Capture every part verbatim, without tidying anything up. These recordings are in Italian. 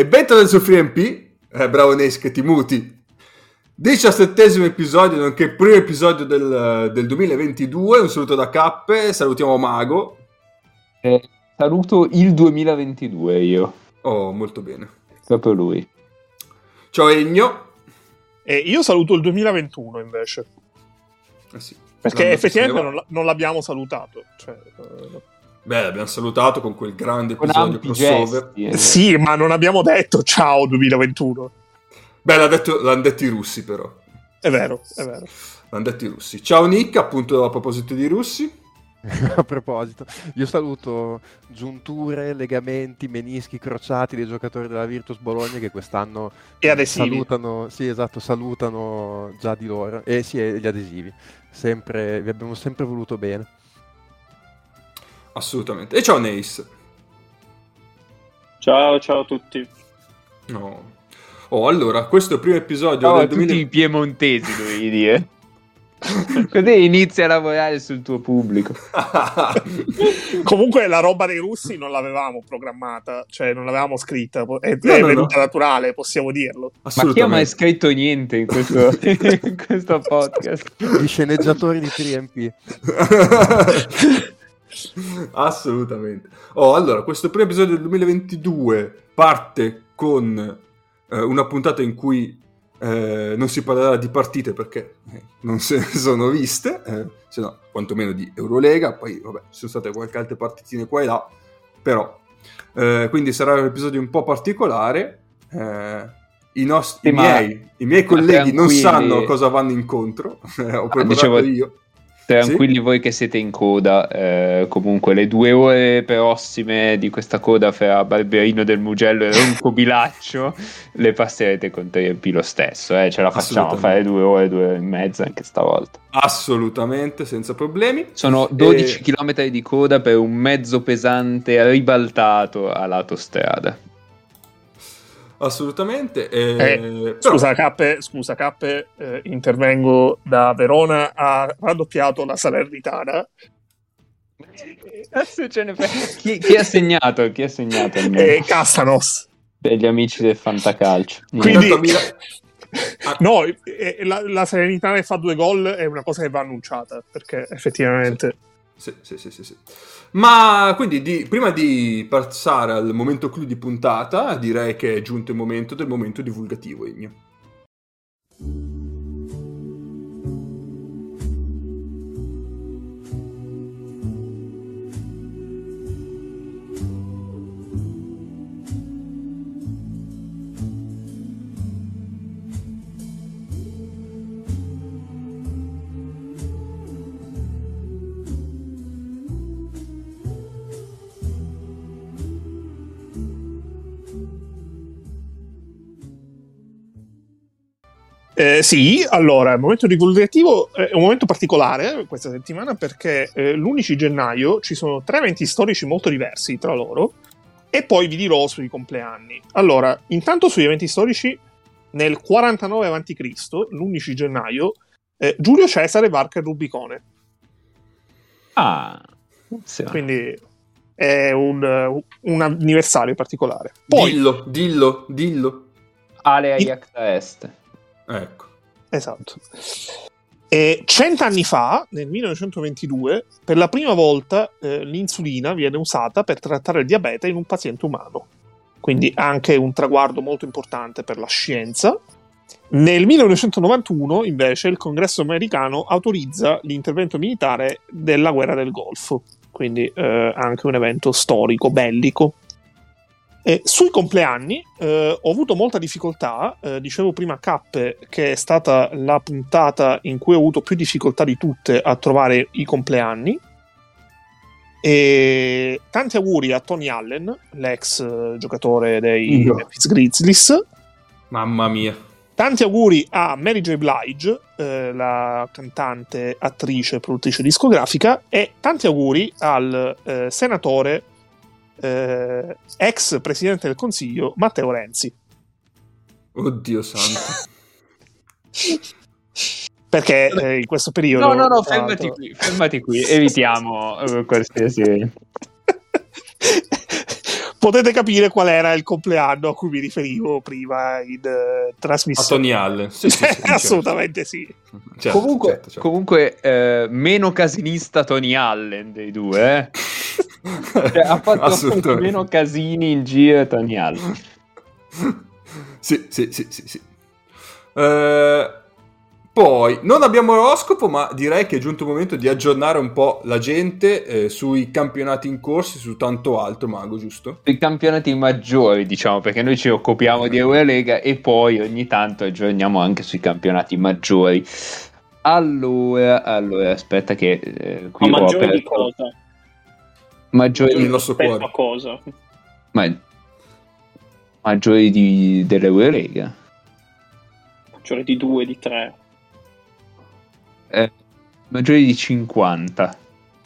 E bentornati su FreeMP, eh, bravo Nes che ti muti. diciassettesimo episodio, nonché primo episodio del, del duemilaventidue. Un saluto da Cappe, salutiamo Mago. Eh, saluto il duemilaventidue io. Oh, molto bene. Proprio lui. Ciao Egno. E io saluto il duemilaventuno invece. Eh sì, perché effettivamente non, non l'abbiamo salutato. Cioè, uh... Beh, l'abbiamo salutato con quel grande con episodio crossover. Gesti, eh. Sì, ma non abbiamo detto ciao duemilaventuno. Beh, l'ha detto, l'hanno detto i russi però. È vero, è vero. L'hanno detto i russi. Ciao Nick, appunto a proposito di russi. A proposito, io saluto giunture, legamenti, menischi crociati dei giocatori della Virtus Bologna che quest'anno e adesivi. salutano, sì esatto, salutano già di loro. E sì, e gli adesivi. Sempre, vi abbiamo sempre voluto bene. Assolutamente. E ciao Neis. Ciao, ciao a tutti. No. Oh, allora, questo è il primo episodio Ciao del a tutti duemila... i piemontesi, dovevi dire. Così inizi a lavorare sul tuo pubblico. Comunque la roba dei russi non l'avevamo programmata, cioè non l'avevamo scritta, è, no, è no, venuta no. naturale, possiamo dirlo. Ma chi ha mai scritto niente in questo, in questo podcast? Gli sceneggiatori di tre M P. Assolutamente. Oh, allora, questo primo episodio del duemilaventidue parte con eh, una puntata in cui eh, non si parlerà di partite perché eh, non se ne sono viste, eh, se no quantomeno di Eurolega, poi vabbè ci sono state qualche altre partitine qua e là, però eh, quindi sarà un episodio un po' particolare. eh, i, nostri, sì, i miei, i miei colleghi non sanno cosa vanno incontro. Ho preparato dicevo... io. Tranquilli sì? Voi che siete in coda, eh, comunque le due ore prossime di questa coda fra Barberino del Mugello e Ronco Bilaccio le passerete con tre M P lo stesso, eh? Ce la facciamo fare due ore, due ore e mezza anche stavolta. Assolutamente, senza problemi. Sono dodici e... chilometri di coda per un mezzo pesante ribaltato a lato strada. Assolutamente. E... Eh, Però... Scusa Cappe, scusa Cappe eh, intervengo da Verona, ha raddoppiato la Salernitana. Adesso ce ne chi, chi ha segnato? Chi ha segnato? Eh, Castanos. Per gli amici del Fantacalcio. Quindi... Ah. No, eh, la, la Salernitana che fa due gol è una cosa che va annunciata, perché effettivamente... Sì, sì, sì, sì, sì. Ma quindi di, prima di passare al momento clou di puntata, direi che è giunto il momento del momento divulgativo, Igno. Eh, sì, allora, il momento divulgativo è un momento particolare questa settimana perché eh, l'undici gennaio ci sono tre eventi storici molto diversi tra loro e poi vi dirò sui compleanni. Allora, intanto sugli eventi storici, nel quarantanove avanti Cristo, l'undici gennaio, eh, Giulio Cesare varca il Rubicone. Ah, sì. Quindi è un, un anniversario particolare. Poi, dillo, dillo, dillo. Ale Ajax Est. Ecco. Esatto. E cent'anni fa, nel millenovecentoventidue, per la prima volta eh, l'insulina viene usata per trattare il diabete in un paziente umano. Quindi anche un traguardo molto importante per la scienza. Nel millenovecentonovantuno, invece, il Congresso americano autorizza l'intervento militare della guerra del Golfo. Quindi eh, anche un evento storico, bellico. Eh, sui compleanni eh, ho avuto molta difficoltà, eh, dicevo prima a Cappe che è stata la puntata in cui ho avuto più difficoltà di tutte a trovare i compleanni, e tanti auguri a Tony Allen, l'ex eh, giocatore dei no. Memphis Grizzlies. Mamma mia. Tanti auguri a Mary J. Blige, eh, la cantante, attrice, produttrice discografica, e tanti auguri al eh, senatore Eh, ex presidente del Consiglio Matteo Renzi. Oddio santo. Perché eh, in questo periodo... No, no, no, fermati qui, fermati qui, evitiamo uh, qualsiasi... potete capire qual era il compleanno a cui mi riferivo prima in uh, trasmissione. A Tony Allen, sì, sì, sì, assolutamente certo. sì. Certo, comunque, certo, certo. comunque eh, meno casinista Tony Allen dei due, eh? Cioè, ha fatto meno casini in giro Tony Allen. Sì, sì, sì, sì, sì. Eh, poi non abbiamo l'oroscopo, ma direi che è giunto il momento di aggiornare un po' la gente eh, sui campionati in corso, su tanto altro, Mago, giusto? I campionati maggiori, diciamo, perché noi ci occupiamo di Eurolega e poi ogni tanto aggiorniamo anche sui campionati maggiori. Allora, allora aspetta che eh, qui Ma ho maggiori aperto... di cosa? Maggiori Nel nostro rispetto cuore. a cosa? Ma... maggiori di... dell'Eurolega. Maggiori di due, di tre. Eh, maggiori di cinquanta.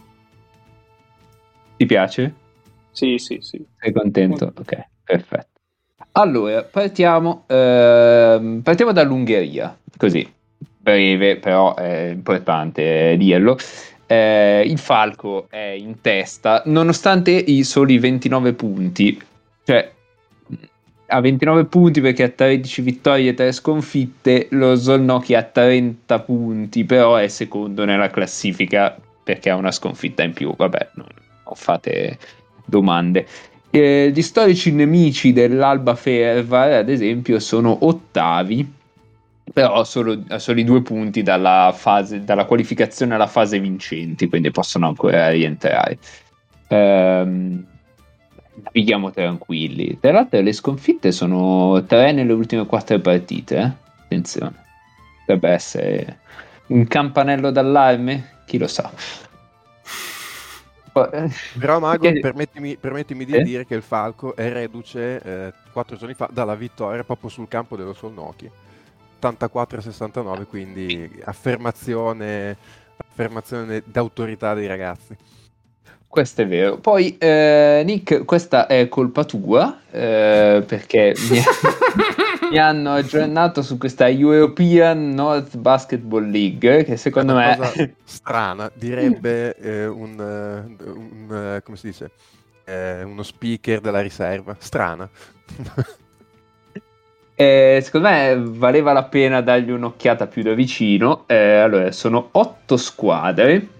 Ti piace? Sì, sì, sì. Sei contento? Ok, perfetto. Allora, partiamo, ehm, partiamo dall'Ungheria, così, breve, però è importante dirlo. Eh, il Falco è in testa, nonostante i soli ventinove punti, cioè ha ventinove punti perché ha tredici vittorie e tre sconfitte, lo Zolnoki ha trenta punti, però è secondo nella classifica perché ha una sconfitta in più, vabbè, non, non fate domande. Eh, gli storici nemici dell'Alba Fehervar, ad esempio, sono ottavi, però solo a soli due punti dalla, fase, dalla qualificazione alla fase vincenti, quindi possono ancora rientrare. Ehm, navighiamo tranquilli. Tra l'altro, le sconfitte sono tre nelle ultime quattro partite. Eh? Attenzione, dovrebbe essere un campanello d'allarme, chi lo sa. Però Mago, Che... permettimi, permettimi di eh? dire che il Falco è reduce eh, quattro giorni fa dalla vittoria proprio sul campo dello Solnoki, ottantaquattro a sessantanove, quindi affermazione, affermazione d'autorità dei ragazzi. Questo è vero. Poi eh, Nick, questa è colpa tua eh, perché mi, mi hanno aggiornato su questa European North Basketball League che secondo Una me cosa strana, direbbe eh, un, uh, un uh, come si dice eh, uno speaker della riserva, strana. eh, secondo me valeva la pena dargli un'occhiata più da vicino. Eh, allora, sono otto squadre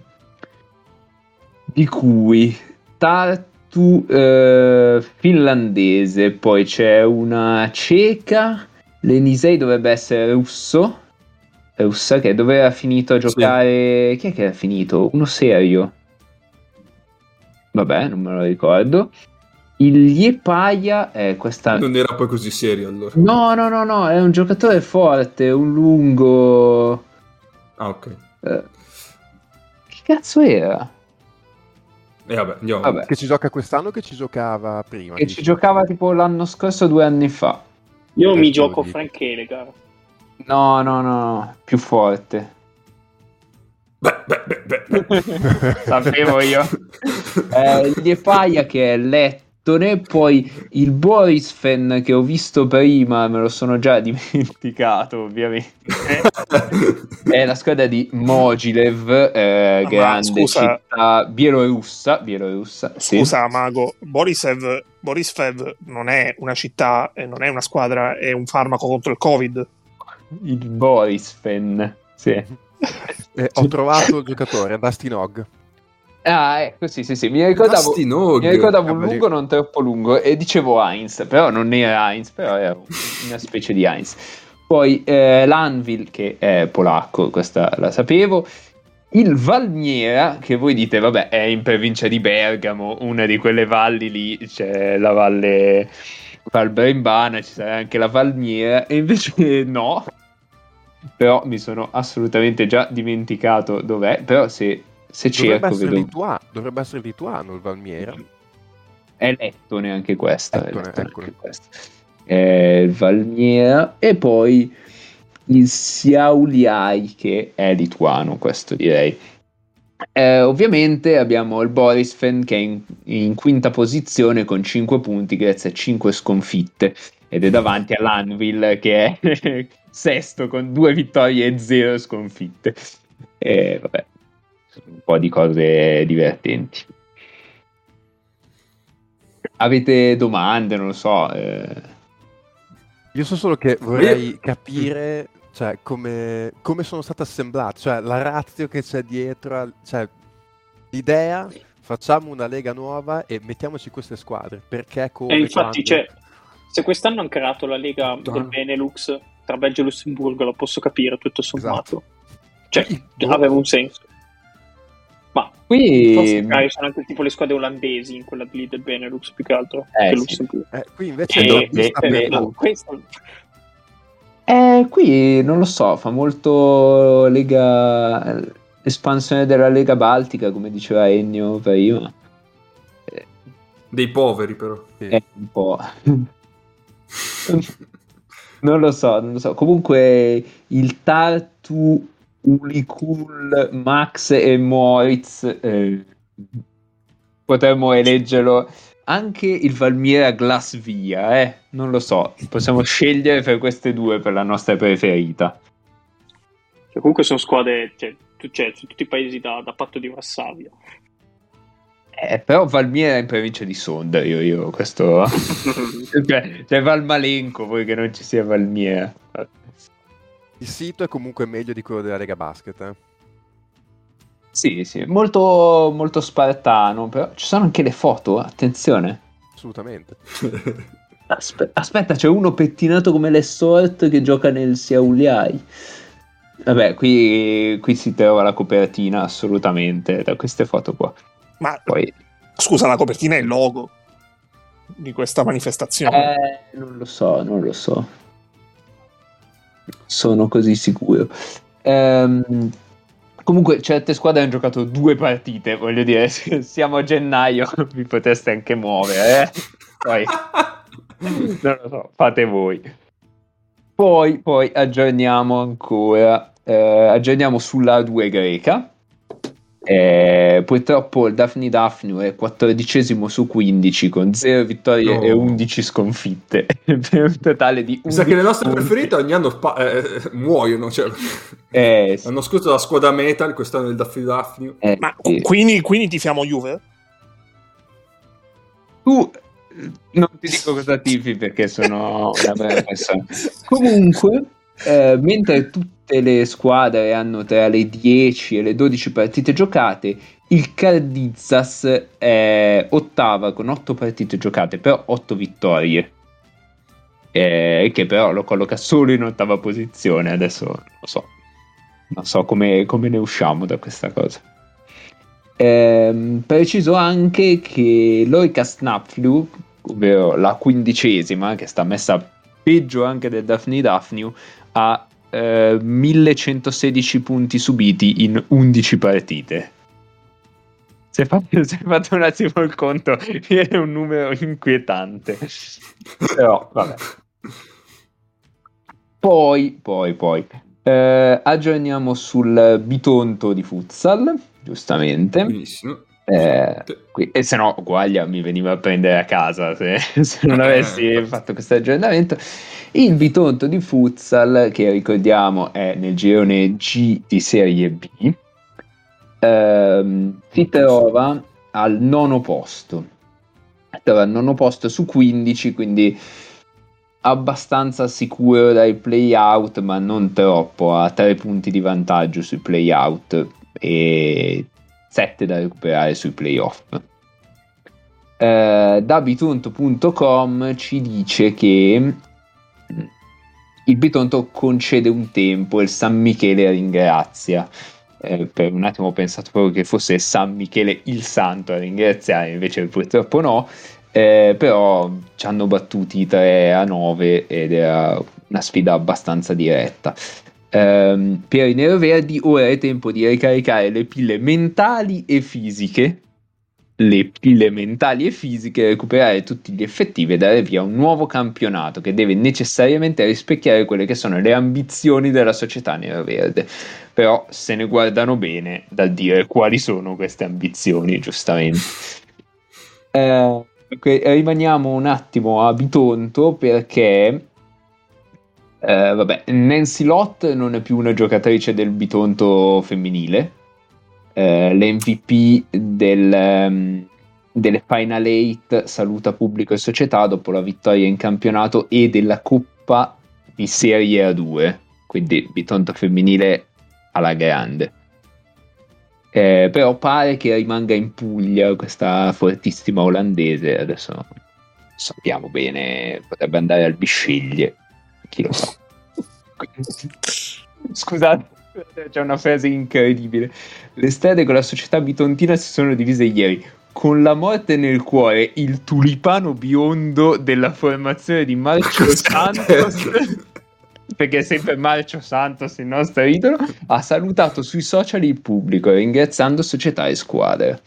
di cui Tartu eh, finlandese, poi c'è una ceca, l'Enisei dovrebbe essere russo, russa, che doveva finito a giocare, sì. Chi è che ha finito? Uno serio, vabbè, non me lo ricordo. Il Liepaja è questa... Non era poi così serio allora. No, no, no, no, è un giocatore forte, un lungo... Ah, ok. Eh, che cazzo era? E eh, vabbè, andiamo. Vabbè. Che ci gioca quest'anno o che ci giocava prima? Che ci giocava tipo l'anno scorso, due anni fa. Io Per mi gioco dico. Frank Elegar. No, no, no, più forte. Beh, beh, beh, beh, beh. Sapevo io. Eh, il Liepaja che è lettone, poi il Borisfen che ho visto prima, me lo sono già dimenticato ovviamente. È la squadra di Mogilev, eh, Ma grande scusa. città bielorussa. bielorussa sì. Scusa, Mago, Borisov, Borisfev non è una città, e non è una squadra, è un farmaco contro il Covid. Il Borisfen, sì. Eh, ho trovato il giocatore, Dustin Hogg. Ah, ecco, sì, sì, sì, mi ricordavo, mi ricordavo un lungo, non troppo lungo, e dicevo Heinz, però non era Heinz, però era una specie di Heinz. Poi eh, l'Anvil, che è polacco, questa la sapevo. Il Valmiera, che voi dite, vabbè, è in provincia di Bergamo, una di quelle valli lì, c'è la valle Valbrembana, ci sarà anche la Valmiera, e invece no. Però mi sono assolutamente già dimenticato dov'è, però se, se Dovrebbe cerco essere, vedo... litua- dovrebbe essere lituano il Valmiera. È lettone anche questa, è Eccone, lettone eccone. anche questa. Eh, il Valmiera e poi il Šiauliai che è lituano, questo direi. Eh, ovviamente abbiamo il Borisfen che è in, in quinta posizione con cinque punti grazie a cinque sconfitte ed è davanti all'Anvil che è sesto con due vittorie e zero sconfitte. E vabbè, un po' di cose divertenti. avete domande, non lo so. Eh... Io so solo che vorrei capire, cioè, come, come sono state assemblate, cioè la ratio che c'è dietro, al- cioè l'idea, facciamo una lega nuova e mettiamoci queste squadre, perché, come, E infatti, quando. cioè, se quest'anno hanno creato la lega Madonna. del Benelux tra Belgio e Lussemburgo, lo posso capire tutto sommato. Cioè, Boh. aveva un senso. Ma Qui, forse magari sono anche tipo le squadre olandesi in quella lì del Benelux più che altro Eh, che sì. Lussemburgo. Eh, qui invece Eh, l'ho eh, vista eh, per eh, no, tutti. questo eh, qui non lo so, fa molto Lega, espansione della Lega Baltica, come diceva Ennio prima. Eh, Dei poveri, però. Sì. È un po'. Non lo so, non lo so. Comunque il Tartu, Ulikul, Max e Moritz, eh, potremmo eleggerlo. Anche il Valmiera Glasvia, eh? Non lo so. Possiamo scegliere per queste due per la nostra preferita. cioè, comunque sono squadre, cioè, tu- cioè, su tutti i paesi da, da patto di Varsavia. Eh, però Valmiera è in provincia di Sondrio, io questo... cioè, cioè Valmalenco, poi che non ci sia Valmiera. Il sito è comunque meglio di quello della Lega Basket, eh. Sì, sì, molto, molto spartano, però ci sono anche le foto, attenzione. Assolutamente. Aspe- aspetta, c'è uno pettinato come l'Essort che gioca nel Siauliai. Vabbè, qui, qui si trova la copertina assolutamente da queste foto qua. Ma Poi, scusa, la copertina è il logo di questa manifestazione. eh, non lo so, non lo so. Sono così sicuro. Ehm, comunque, certe squadre hanno giocato due partite, voglio dire, se siamo a gennaio, vi potreste anche muovere, eh? Poi, non lo so, fate voi. Poi, poi aggiorniamo ancora, eh, aggiorniamo sulla due greca. Eh, purtroppo il Daphne Daphne è quattordicesimo su quindici con zero vittorie No. e undici sconfitte per un totale di Mi sa che le nostre undici preferite ogni anno pa- eh, muoiono. Cioè. Eh, sì. L'anno scorso la squadra metal, quest'anno il Daffy Daphne. Eh, Ma sì. quindi, quindi tifiamo Juve? Tu eh, non ti dico cosa tifi perché sono una brava persona. Comunque, eh, mentre tutte le squadre hanno tra le dieci e le dodici partite giocate, il Karditsas è ottava con otto partite giocate, però otto vittorie. Eh, che però lo colloca solo in ottava posizione. Adesso non lo so, non so come, come ne usciamo da questa cosa. Ehm, preciso anche che l'Oika Snapflu, ovvero la quindicesima, che sta messa peggio anche del Daphne Daphne, ha eh, millecentosedici punti subiti in undici partite. Se fate, se fate un attimo il conto, viene un numero inquietante. Però, vabbè. Poi, poi, poi. Eh, aggiorniamo sul Bitonto di futsal, giustamente. Benissimo. Eh, qui- e se no Guaglia mi veniva a prendere a casa se, se non avessi Eh, fatto questo aggiornamento. Il Bitonto di futsal, che ricordiamo è nel girone G di Serie B, ehm, si trova al nono posto. Si trova al nono posto su quindici, quindi abbastanza sicuro dai play-out, ma non troppo, a tre punti di vantaggio sui play-out e sette da recuperare sui playoff. Eh, da bitonto punto com ci dice che il Bitonto concede un tempo e il San Michele ringrazia. Eh, per un attimo ho pensato proprio che fosse San Michele il santo a ringraziare, invece purtroppo no. Eh, però ci hanno battuti tre a nove ed era una sfida abbastanza diretta. Um, per i neroverdi ora è tempo di ricaricare le pile mentali e fisiche, le pile mentali e fisiche, recuperare tutti gli effettivi e dare via un nuovo campionato che deve necessariamente rispecchiare quelle che sono le ambizioni della società neroverde. Però se ne guardano bene dal dire quali sono queste ambizioni, giustamente. Eh, okay, rimaniamo un attimo a Bitonto perché Uh, vabbè, Nancy Lott non è più una giocatrice del Bitonto femminile, uh, l'M V P del, um, delle Final Eight saluta pubblico e società dopo la vittoria in campionato e della Coppa di Serie A due, quindi Bitonto femminile alla grande. Eh, però pare che rimanga in Puglia questa fortissima olandese, adesso sappiamo bene, potrebbe andare al Bisceglie, chi lo sa. Scusate, c'è una frase incredibile. Le strade con la società bitontina si sono divise ieri. Con la morte nel cuore, il tulipano biondo della formazione di Marcio Santos, perché è sempre Marcio Santos il nostro idolo, ha salutato sui social il pubblico ringraziando società e squadre.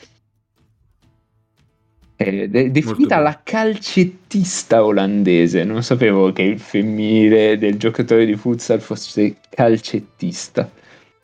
È de- definita la calcettista olandese. Non sapevo che il femminile del giocatore di futsal fosse calcettista.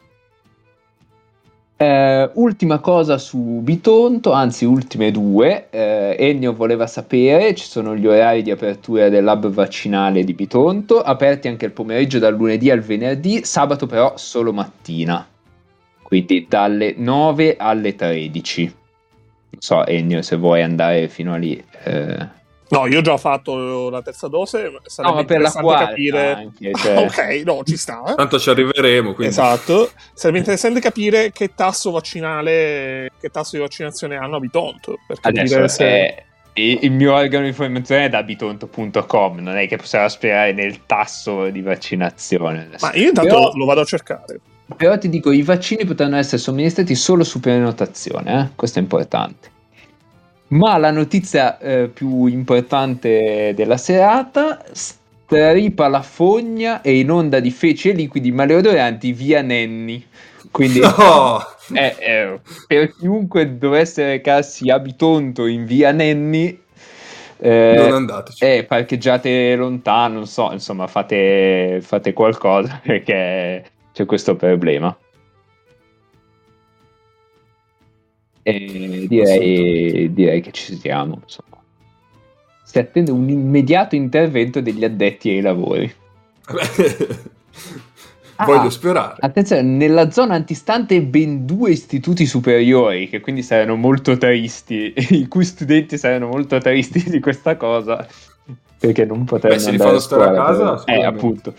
Uh, ultima cosa su Bitonto, anzi ultime due. uh, Ennio voleva sapere, ci sono gli orari di apertura del lab vaccinale di Bitonto, aperti anche il pomeriggio dal lunedì al venerdì, sabato però solo mattina, quindi dalle nove alle tredici. Non so Ennio se vuoi andare fino a lì. uh... No, io ho già fatto la terza dose, sarebbe no, ma per la quarta capire anche, cioè... ok, no, ci sta, eh? Tanto ci arriveremo, quindi. Esatto, sarebbe interessante capire che tasso vaccinale, che tasso di vaccinazione hanno a Bitonto, per capire adesso se... è... il mio organo di informazione è da bitonto punto com, non è che possiamo sperare nel tasso di vaccinazione adesso. Ma io intanto però, lo vado a cercare. Però ti dico, i vaccini potranno essere somministrati solo su prenotazione, eh? Questo è importante. Ma la notizia eh, più importante della serata: stripa la fogna e inonda di feci e liquidi maleodoranti via Nenni. Quindi no! eh, eh, per chiunque dovesse recarsi a Bitonto in via Nenni, eh, non andateci. Eh, parcheggiate lontano, non so, insomma, fate, fate qualcosa perché c'è questo problema. E direi, direi che ci siamo, insomma. Si attende un immediato intervento degli addetti ai lavori. Voglio ah, sperare. Attenzione, nella zona antistante ben due istituti superiori, che quindi saranno molto tristi, i cui studenti saranno molto tristi di questa cosa, perché non potranno Beh, se andare li fanno stare a casa, eh, appunto.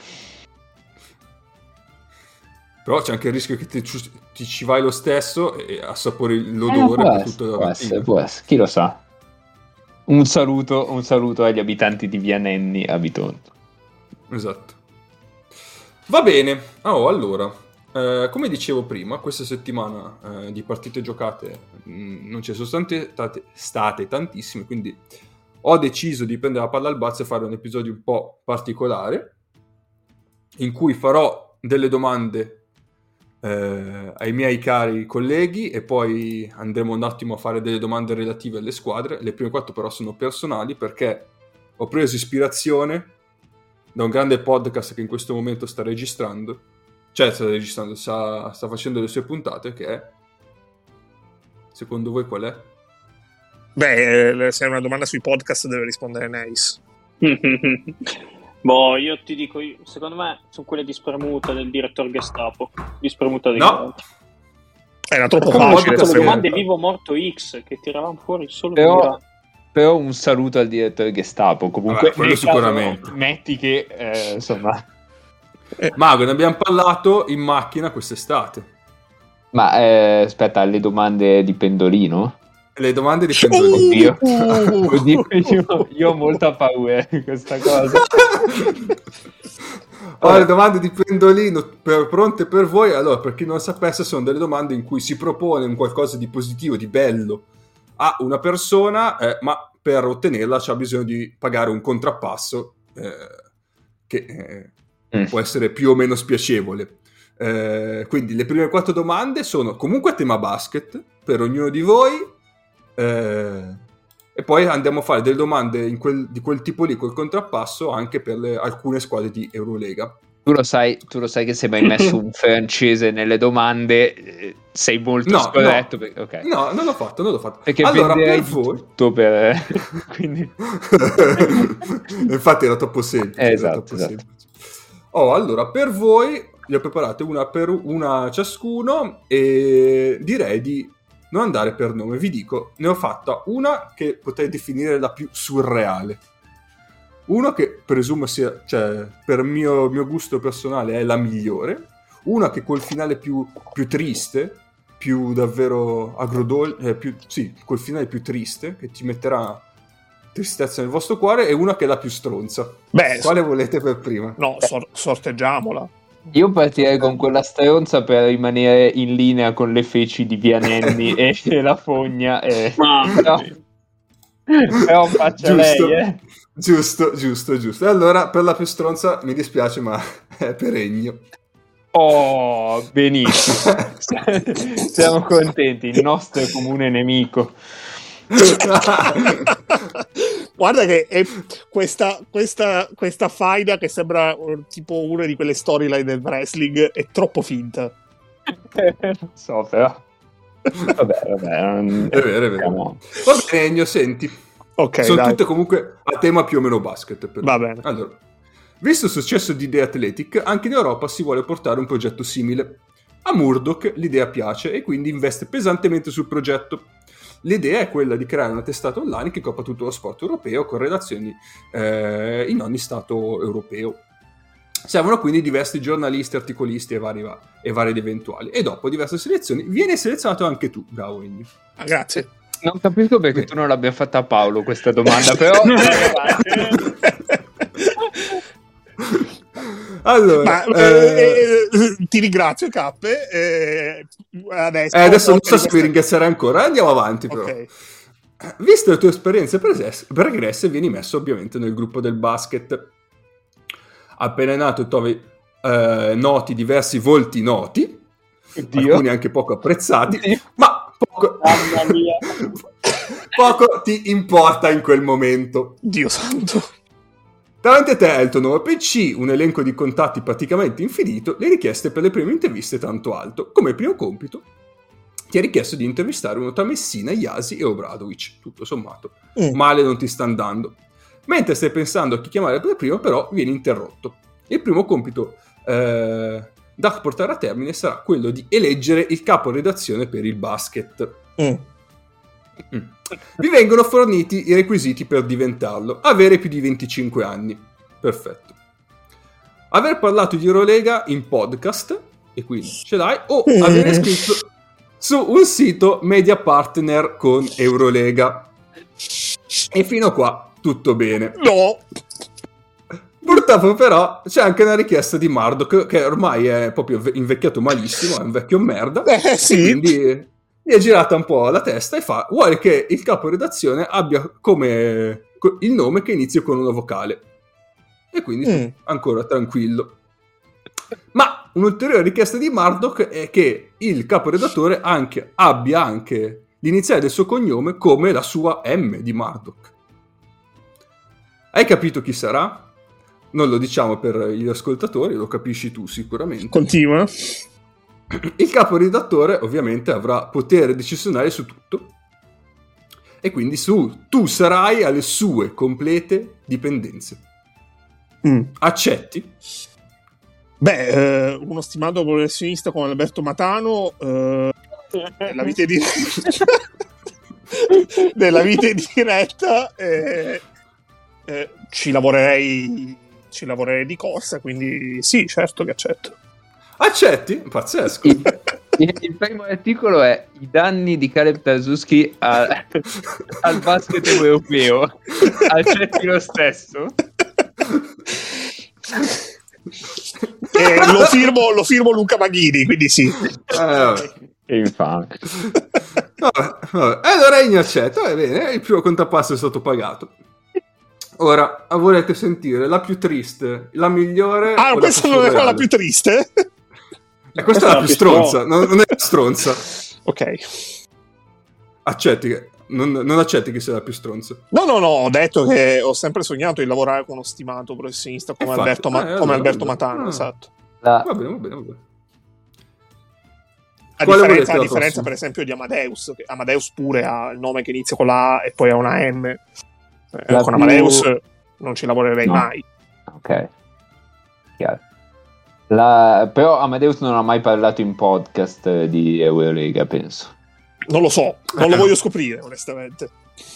Però c'è anche il rischio che ti, ti ci vai lo stesso e assapori l'odore eh, per tutta la può essere, può essere, chi lo sa. Un saluto, un saluto agli abitanti di via Nenni a Bitonto. Esatto. Va bene. Oh, allora, eh, come dicevo prima, questa settimana eh, di partite giocate mh, non ci sono state, state, state tantissime, quindi ho deciso di prendere la palla al balzo e fare un episodio un po' particolare in cui farò delle domande Eh, ai miei cari colleghi e poi andremo un attimo a fare delle domande relative alle squadre. Le prime quattro però sono personali perché ho preso ispirazione da un grande podcast che in questo momento sta registrando, cioè sta registrando, sta, sta facendo le sue puntate, che è, secondo voi qual è? Beh, se è una domanda sui podcast deve rispondere Neis. Boh, io ti dico, secondo me sono quelle di spremuta del direttore Gestapo, di spremuta dei no. conti. Era troppo Come facile. le domande vivo morto X che tiravamo fuori solo però, però un saluto al direttore Gestapo comunque. Vabbè, quello sicuramente. Caso, metti che eh, insomma eh. Mago, ne abbiamo parlato in macchina quest'estate. Ma eh, aspetta, le domande di Pendolino? Le domande di Pendolino. Oddio, Oddio io, io ho molta paura di questa cosa. Allora, le domande di Pendolino per, pronte per voi. Allora, per chi non sapesse, sono delle domande in cui si propone un qualcosa di positivo, di bello a una persona, eh, ma per ottenerla c'ha bisogno di pagare un contrappasso eh, che eh, mm. può essere più o meno spiacevole. Eh, quindi le prime quattro domande sono comunque a tema basket per ognuno di voi. Eh, e poi andiamo a fare delle domande in quel, di quel tipo lì col contrappasso anche per le, alcune squadre di Eurolega. Tu lo sai, tu lo sai che se mai messo un francese nelle domande eh, sei molto no, scorretto. No, perché, okay. no, non l'ho fatto, non l'ho fatto. Perché allora per voi voi tutto per quindi infatti era troppo semplice. Eh, esatto, era troppo esatto. semplice. Oh, allora per voi li ho preparate una per una ciascuno e direi di non andare per nome, vi dico, ne ho fatta una che potrei definire la più surreale, una che presumo sia, cioè per mio, mio gusto personale è la migliore, una che col finale più, più triste, più davvero agrodolce, eh, più, sì, col finale più triste, che ti metterà tristezza nel vostro cuore, e una che è la più stronza. Beh, quale volete per prima? No, sor- sorteggiamola. Io partirei con quella stronza per rimanere in linea con le feci di Vianelli e la fogna. E... Ma... No. Però faccia Giusto. lei, eh. Giusto, giusto, giusto. Allora, per la più stronza, mi dispiace, ma è Peregno. Oh, benissimo. Siamo contenti, il nostro comune nemico. Guarda che è questa, questa, questa faida che sembra tipo una di quelle storyline del wrestling è troppo finta. Non so, però. Vabbè, vabbè. Non... È vero, è vero. Va bene, Ennio, senti. Ok, sono dai. tutte comunque a tema più o meno basket. Per Va bene. Allora, visto il successo di The Athletic, anche in Europa si vuole portare un progetto simile. A Murdoch l'idea piace e quindi investe pesantemente sul progetto. L'idea è quella di creare una testata online che copra tutto lo sport europeo con redazioni eh, in ogni stato europeo. Servono quindi diversi giornalisti, articolisti e vari, e vari ed eventuali. E dopo diverse selezioni viene selezionato anche tu, bravo Ennio. Ah, grazie. Non capisco perché tu non l'abbia fatta a Paolo questa domanda, però allora, Ma, eh, eh, ti ringrazio, Cappe. Eh, adesso eh, adesso non so se questa... mi ringrazierai ancora, andiamo avanti però. Okay. Visto le tue esperienze pregresse, vieni messo ovviamente nel gruppo del basket. Appena nato trovi eh, noti diversi volti noti, Oddio. alcuni anche poco apprezzati, Oddio. ma poco, Mamma mia. poco ti importa in quel momento. Dio santo. Davanti a te è il tuo nuovo P C, un elenco di contatti praticamente infinito, le richieste per le prime interviste tanto alto. Come primo compito ti è richiesto di intervistare uno tra Messina, Iasi e Obradovic. Tutto sommato, Mm. male non ti sta andando. Mentre stai pensando a chi chiamare per primo, però vieni interrotto. Il primo compito eh, da portare a termine sarà quello di eleggere il capo redazione per il basket. Mm. Mm. Vi vengono forniti i requisiti per diventarlo: avere più di venticinque anni, perfetto, aver parlato di Eurolega in podcast, e quindi ce l'hai, o Mm. avere scritto su un sito media partner con Eurolega. E fino a qua tutto bene. No. Purtroppo però c'è anche una richiesta di Murdoch, che ormai è proprio invecchiato malissimo, è un vecchio merda, Eh, sì. e quindi gli è girata un po' la testa e fa: vuole che il capo redazione abbia come il nome che inizi con una vocale. E quindi tu, Mm. ancora tranquillo. Ma un'ulteriore richiesta di Murdoch è che il caporedattore anche, abbia anche l'iniziale del suo cognome come la sua M di Murdoch. Hai capito chi sarà? Non lo diciamo per gli ascoltatori, lo capisci tu sicuramente. Continua. Il caporedattore ovviamente avrà potere decisionale su tutto, e quindi su, tu sarai alle sue complete dipendenze. Mm. Accetti? Beh, eh, uno stimato professionista come Alberto Matano, eh, nella vita di nella vita in diretta eh, eh, ci lavorerei ci lavorerei di corsa, quindi sì, certo che accetto. Accetti? Pazzesco. Il, il primo articolo è i danni di Caleb Tarzuski al, al basket europeo. Accetti lo stesso? Eh, lo, firmo, lo firmo Luca Maghini, quindi sì. Eh, vabbè. Che infame. Vabbè, vabbè. Allora Ennio accetta, va bene, il primo contrappasso è stato pagato. Ora, volete sentire la più triste, la migliore? Ah, o questa la non era la surreale? più triste? E questa è la più stronza, non, non è la stronza. Ok. Accetti che... Non, non accetti che sia la più stronza. No, no, no, ho detto che ho sempre sognato di lavorare con uno stimato professionista come Infatti, Alberto, Ma- eh, allora, come Alberto allora. Matano, Ah. esatto. La- Va bene, va bene, va bene. A Quale differenza, volete a la differenza prossima? per esempio di Amadeus, che Amadeus pure ha il nome che inizia con la A e poi ha una M. Eh, La con più- Amadeus non ci lavorerei No. mai. Ok, chiaro. La... Però Amadeus non ha mai parlato in podcast di Eurolega, penso. Non lo so, non lo voglio scoprire, onestamente.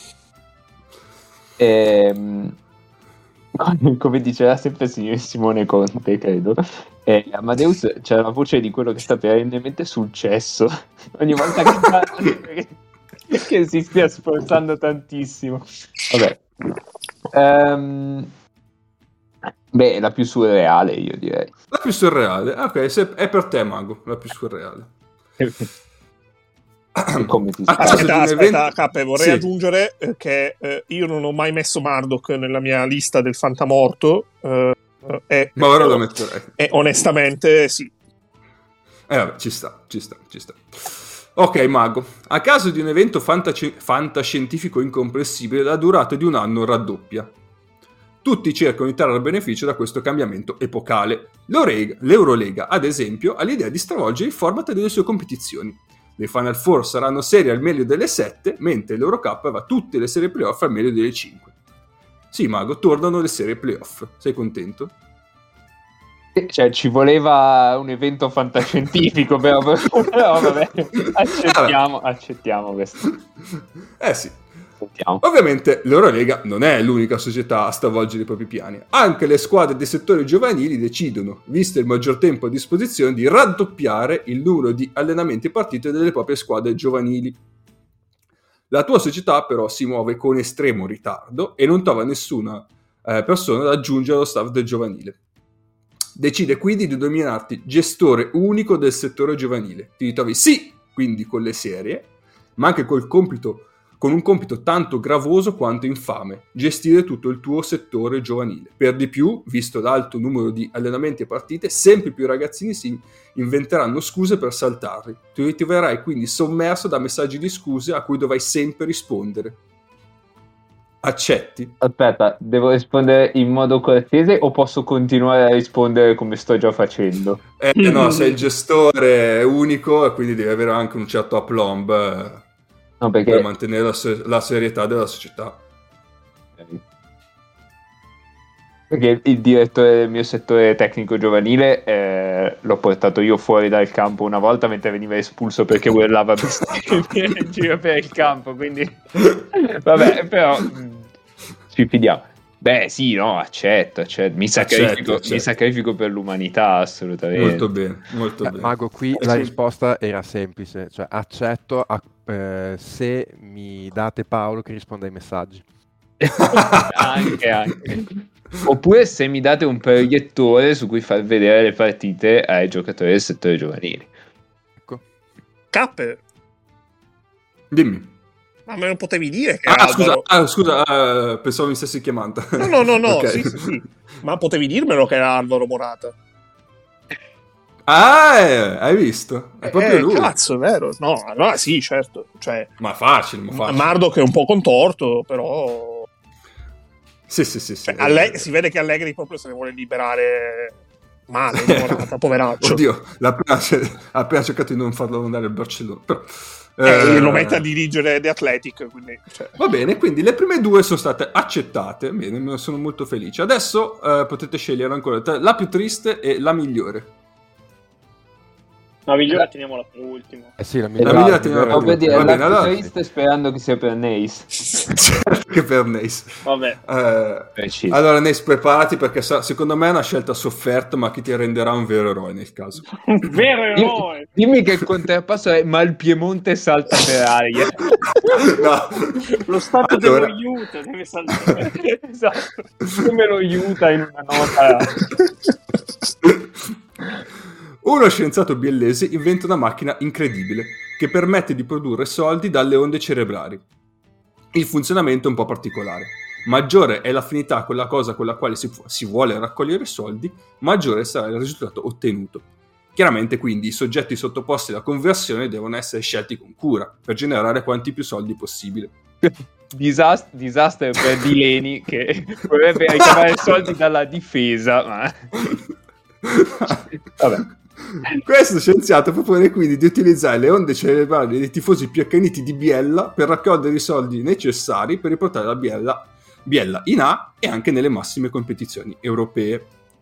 Ehm, come diceva sempre Simone Conte, credo, eh, Amadeus c'è la voce di quello che sta perennemente sul cesso ogni volta che parla, che, che si stia sforzando tantissimo. Vabbè. Ehm, beh, la più surreale, io direi. La più surreale, ok, se è per te, Mago, la più surreale. Come ti aspetta, aspetta, evento... Cappe, vorrei sì. aggiungere eh, che eh, io non ho mai messo Murdoch nella mia lista del fantamorto eh, e, ma ora lo metterei. E onestamente sì. Eh vabbè, ci sta, ci sta, ci sta. Ok, Mago, a caso di un evento fantaci- fantascientifico incomprensibile, la durata di un anno raddoppia. Tutti cercano di trarre beneficio da questo cambiamento epocale. L'Eurega, L'Eurolega, ad esempio, ha l'idea di stravolgere il format delle sue competizioni. Le Final Four saranno serie al meglio delle sette, mentre l'Eurocup avrà tutte le serie playoff al meglio delle cinque. Sì, Mago, tornano le serie playoff. Sei contento? Cioè, ci voleva un evento fantascientifico, però, però vabbè, accettiamo, accettiamo questo. Eh sì. Accettiamo. Ovviamente l'Eurolega non è l'unica società a stravolgere i propri piani. Anche le squadre dei settori giovanili decidono, visto il maggior tempo a disposizione, di raddoppiare il numero di allenamenti e partite delle proprie squadre giovanili. La tua società però si muove con estremo ritardo e non trova nessuna eh, persona da aggiungere allo staff del giovanile. Decide quindi di nominarti gestore unico del settore giovanile. Ti ritrovi sì, quindi con le serie, ma anche col compito, con un compito tanto gravoso quanto infame, gestire tutto il tuo settore giovanile. Per di più, visto l'alto numero di allenamenti e partite, sempre più ragazzini si inventeranno scuse per saltarli. Ti ritroverai quindi sommerso da messaggi di scuse a cui dovrai sempre rispondere. Accetti? Aspetta, devo rispondere in modo cortese o posso continuare a rispondere come sto già facendo? Eh no, sei il gestore unico e quindi devi avere anche un certo aplomb no, perché... per mantenere la, se- la serietà della società. Perché il direttore del mio settore tecnico giovanile eh, l'ho portato io fuori dal campo una volta mentre veniva espulso perché urlava bestemmie in giro per il campo, quindi vabbè, però mh, ci fidiamo. Beh sì, no, accetto, accetto. Mi, sacrifico, accetto, accetto. mi sacrifico per l'umanità, assolutamente. Molto bene, molto Eh, bene. Mago, qui la risposta era semplice, cioè accetto a, eh, se mi date Paolo che risponde ai messaggi. anche, anche. Oppure se mi date un proiettore su cui far vedere le partite ai giocatori del settore giovanile. Ecco. Cappe, Dimmi. ma me lo potevi dire che Ah, Alvaro... scusa, ah, scusa uh, pensavo mi stessi chiamando. No, no, no, no, Okay. sì, sì, sì. Ma potevi dirmelo che era Alvaro Morata. Ah, eh, hai visto? È proprio eh, lui. Cazzo, è vero. No, allora sì, certo. Cioè, Ma facile, ma facile. Murdoch è un po' contorto, però... Sì, sì, sì. sì Cioè, Alle- si vede che Allegri proprio se ne vuole liberare male di Morata, poveraccio. Oddio, l'ha appena, ha appena cercato di non farlo andare al Barcellona. Però, Eh, eh, lo mette a dirigere The Athletic, quindi, cioè. Va bene, quindi le prime due sono state accettate. Bene, ne sono molto felice. Adesso eh, potete scegliere ancora tra la più triste e la migliore. La migliore teniamola per ultimo. Eh sì, la La migliore, migliore la teniamo migliore- Proprio dire, Va la bene, più allora- triste sperando che sia per Neis. Certo che per Neis. Vabbè, Eh, Preciso. allora, Neis, preparati perché sa- secondo me è una scelta sofferta, ma che ti renderà un vero eroe nel caso. vero eroe. Dimmi, dimmi che il contrappasso è ma il Piemonte salta per aria. No. Lo stato Allora- dello Utah deve saltare. Esatto. Come lo aiuta in una nota. Uno scienziato biellese inventa una macchina incredibile che permette di produrre soldi dalle onde cerebrali. Il funzionamento è un po' particolare. Maggiore è l'affinità con la cosa con la quale si, fu- si vuole raccogliere soldi, maggiore sarà il risultato ottenuto. Chiaramente quindi i soggetti sottoposti alla conversione devono essere scelti con cura per generare quanti più soldi possibile. Disast- disastro per Dileni che vorrebbe ricavare soldi dalla difesa, ma vabbè. Questo scienziato propone quindi di utilizzare le onde cerebrali dei tifosi più accaniti di Biella per raccogliere i soldi necessari per riportare la Biella, Biella in A e anche nelle massime competizioni europee.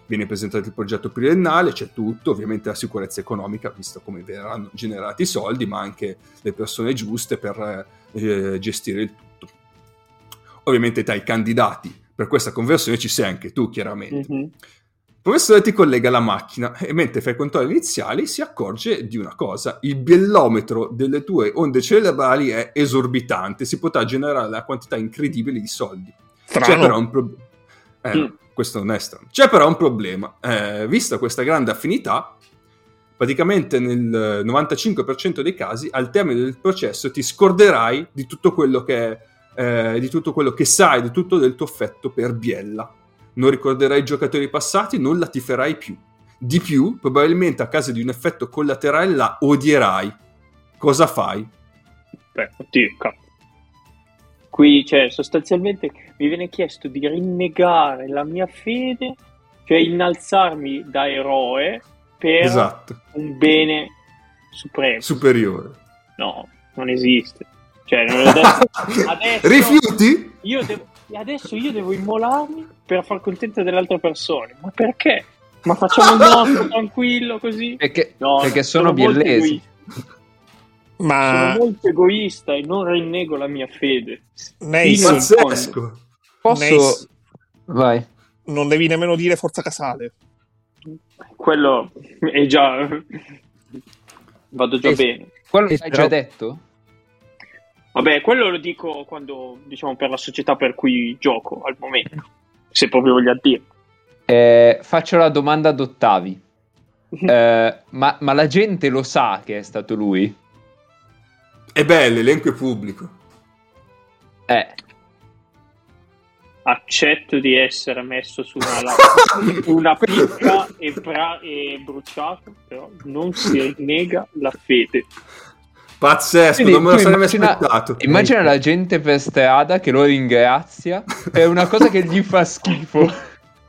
viene presentato il progetto pluriennale, c'è tutto, ovviamente la sicurezza economica, visto come verranno generati i soldi, ma anche le persone giuste per eh, gestire il tutto. Ovviamente tra i candidati per questa conversione ci sei anche tu, chiaramente. Mm-hmm. Il professore ti collega alla macchina e mentre fa i controlli iniziali si accorge di una cosa: il biellometro delle tue onde cerebrali è esorbitante, si potrà generare una quantità incredibile di soldi. Strano. C'è però un problema. Eh, mm. Questo non è strano. C'è però un problema. Eh, vista questa grande affinità, praticamente nel novantacinque per cento dei casi, al termine del processo, ti scorderai di tutto quello che è, eh, di tutto quello che sai, di tutto del tuo affetto per Biella. Non ricorderai i giocatori passati, non la tiferai più. Di più, probabilmente a causa di un effetto collaterale la odierai. Cosa fai? Beh, oddio, cazzo. Qui, cioè, sostanzialmente mi viene chiesto di rinnegare la mia fede, cioè innalzarmi da eroe per esatto. un bene supremo. Superiore. No, non esiste. Cioè, non adesso, adesso rifiuti? Io devo, adesso io devo immolarmi per far contenta delle altre persone. Ma perché? Ma facciamo il nostro tranquillo così? Perché, no, perché sono, sono biellesi. Ma sono molto egoista e non rinnego la mia fede. Pazzesco. Posso Nace. Vai. Non devi nemmeno dire forza Casale. Quello è già vado già e, bene. Quello l'hai già detto? Vabbè, quello lo dico quando, diciamo, per la società per cui gioco al momento, se proprio voglio dire. Eh, faccio la domanda ad Ottavi. eh, ma, ma la gente lo sa che è stato lui? E beh, l'elenco è pubblico. Eh. Accetto di essere messo su una, la- una picca e, bra- e bruciato, però non si rinnega la fede. Pazzesco, Quindi, non me lo sarei mai immagina, aspettato. Immagina la gente per strada che lo ringrazia per una cosa che gli fa schifo.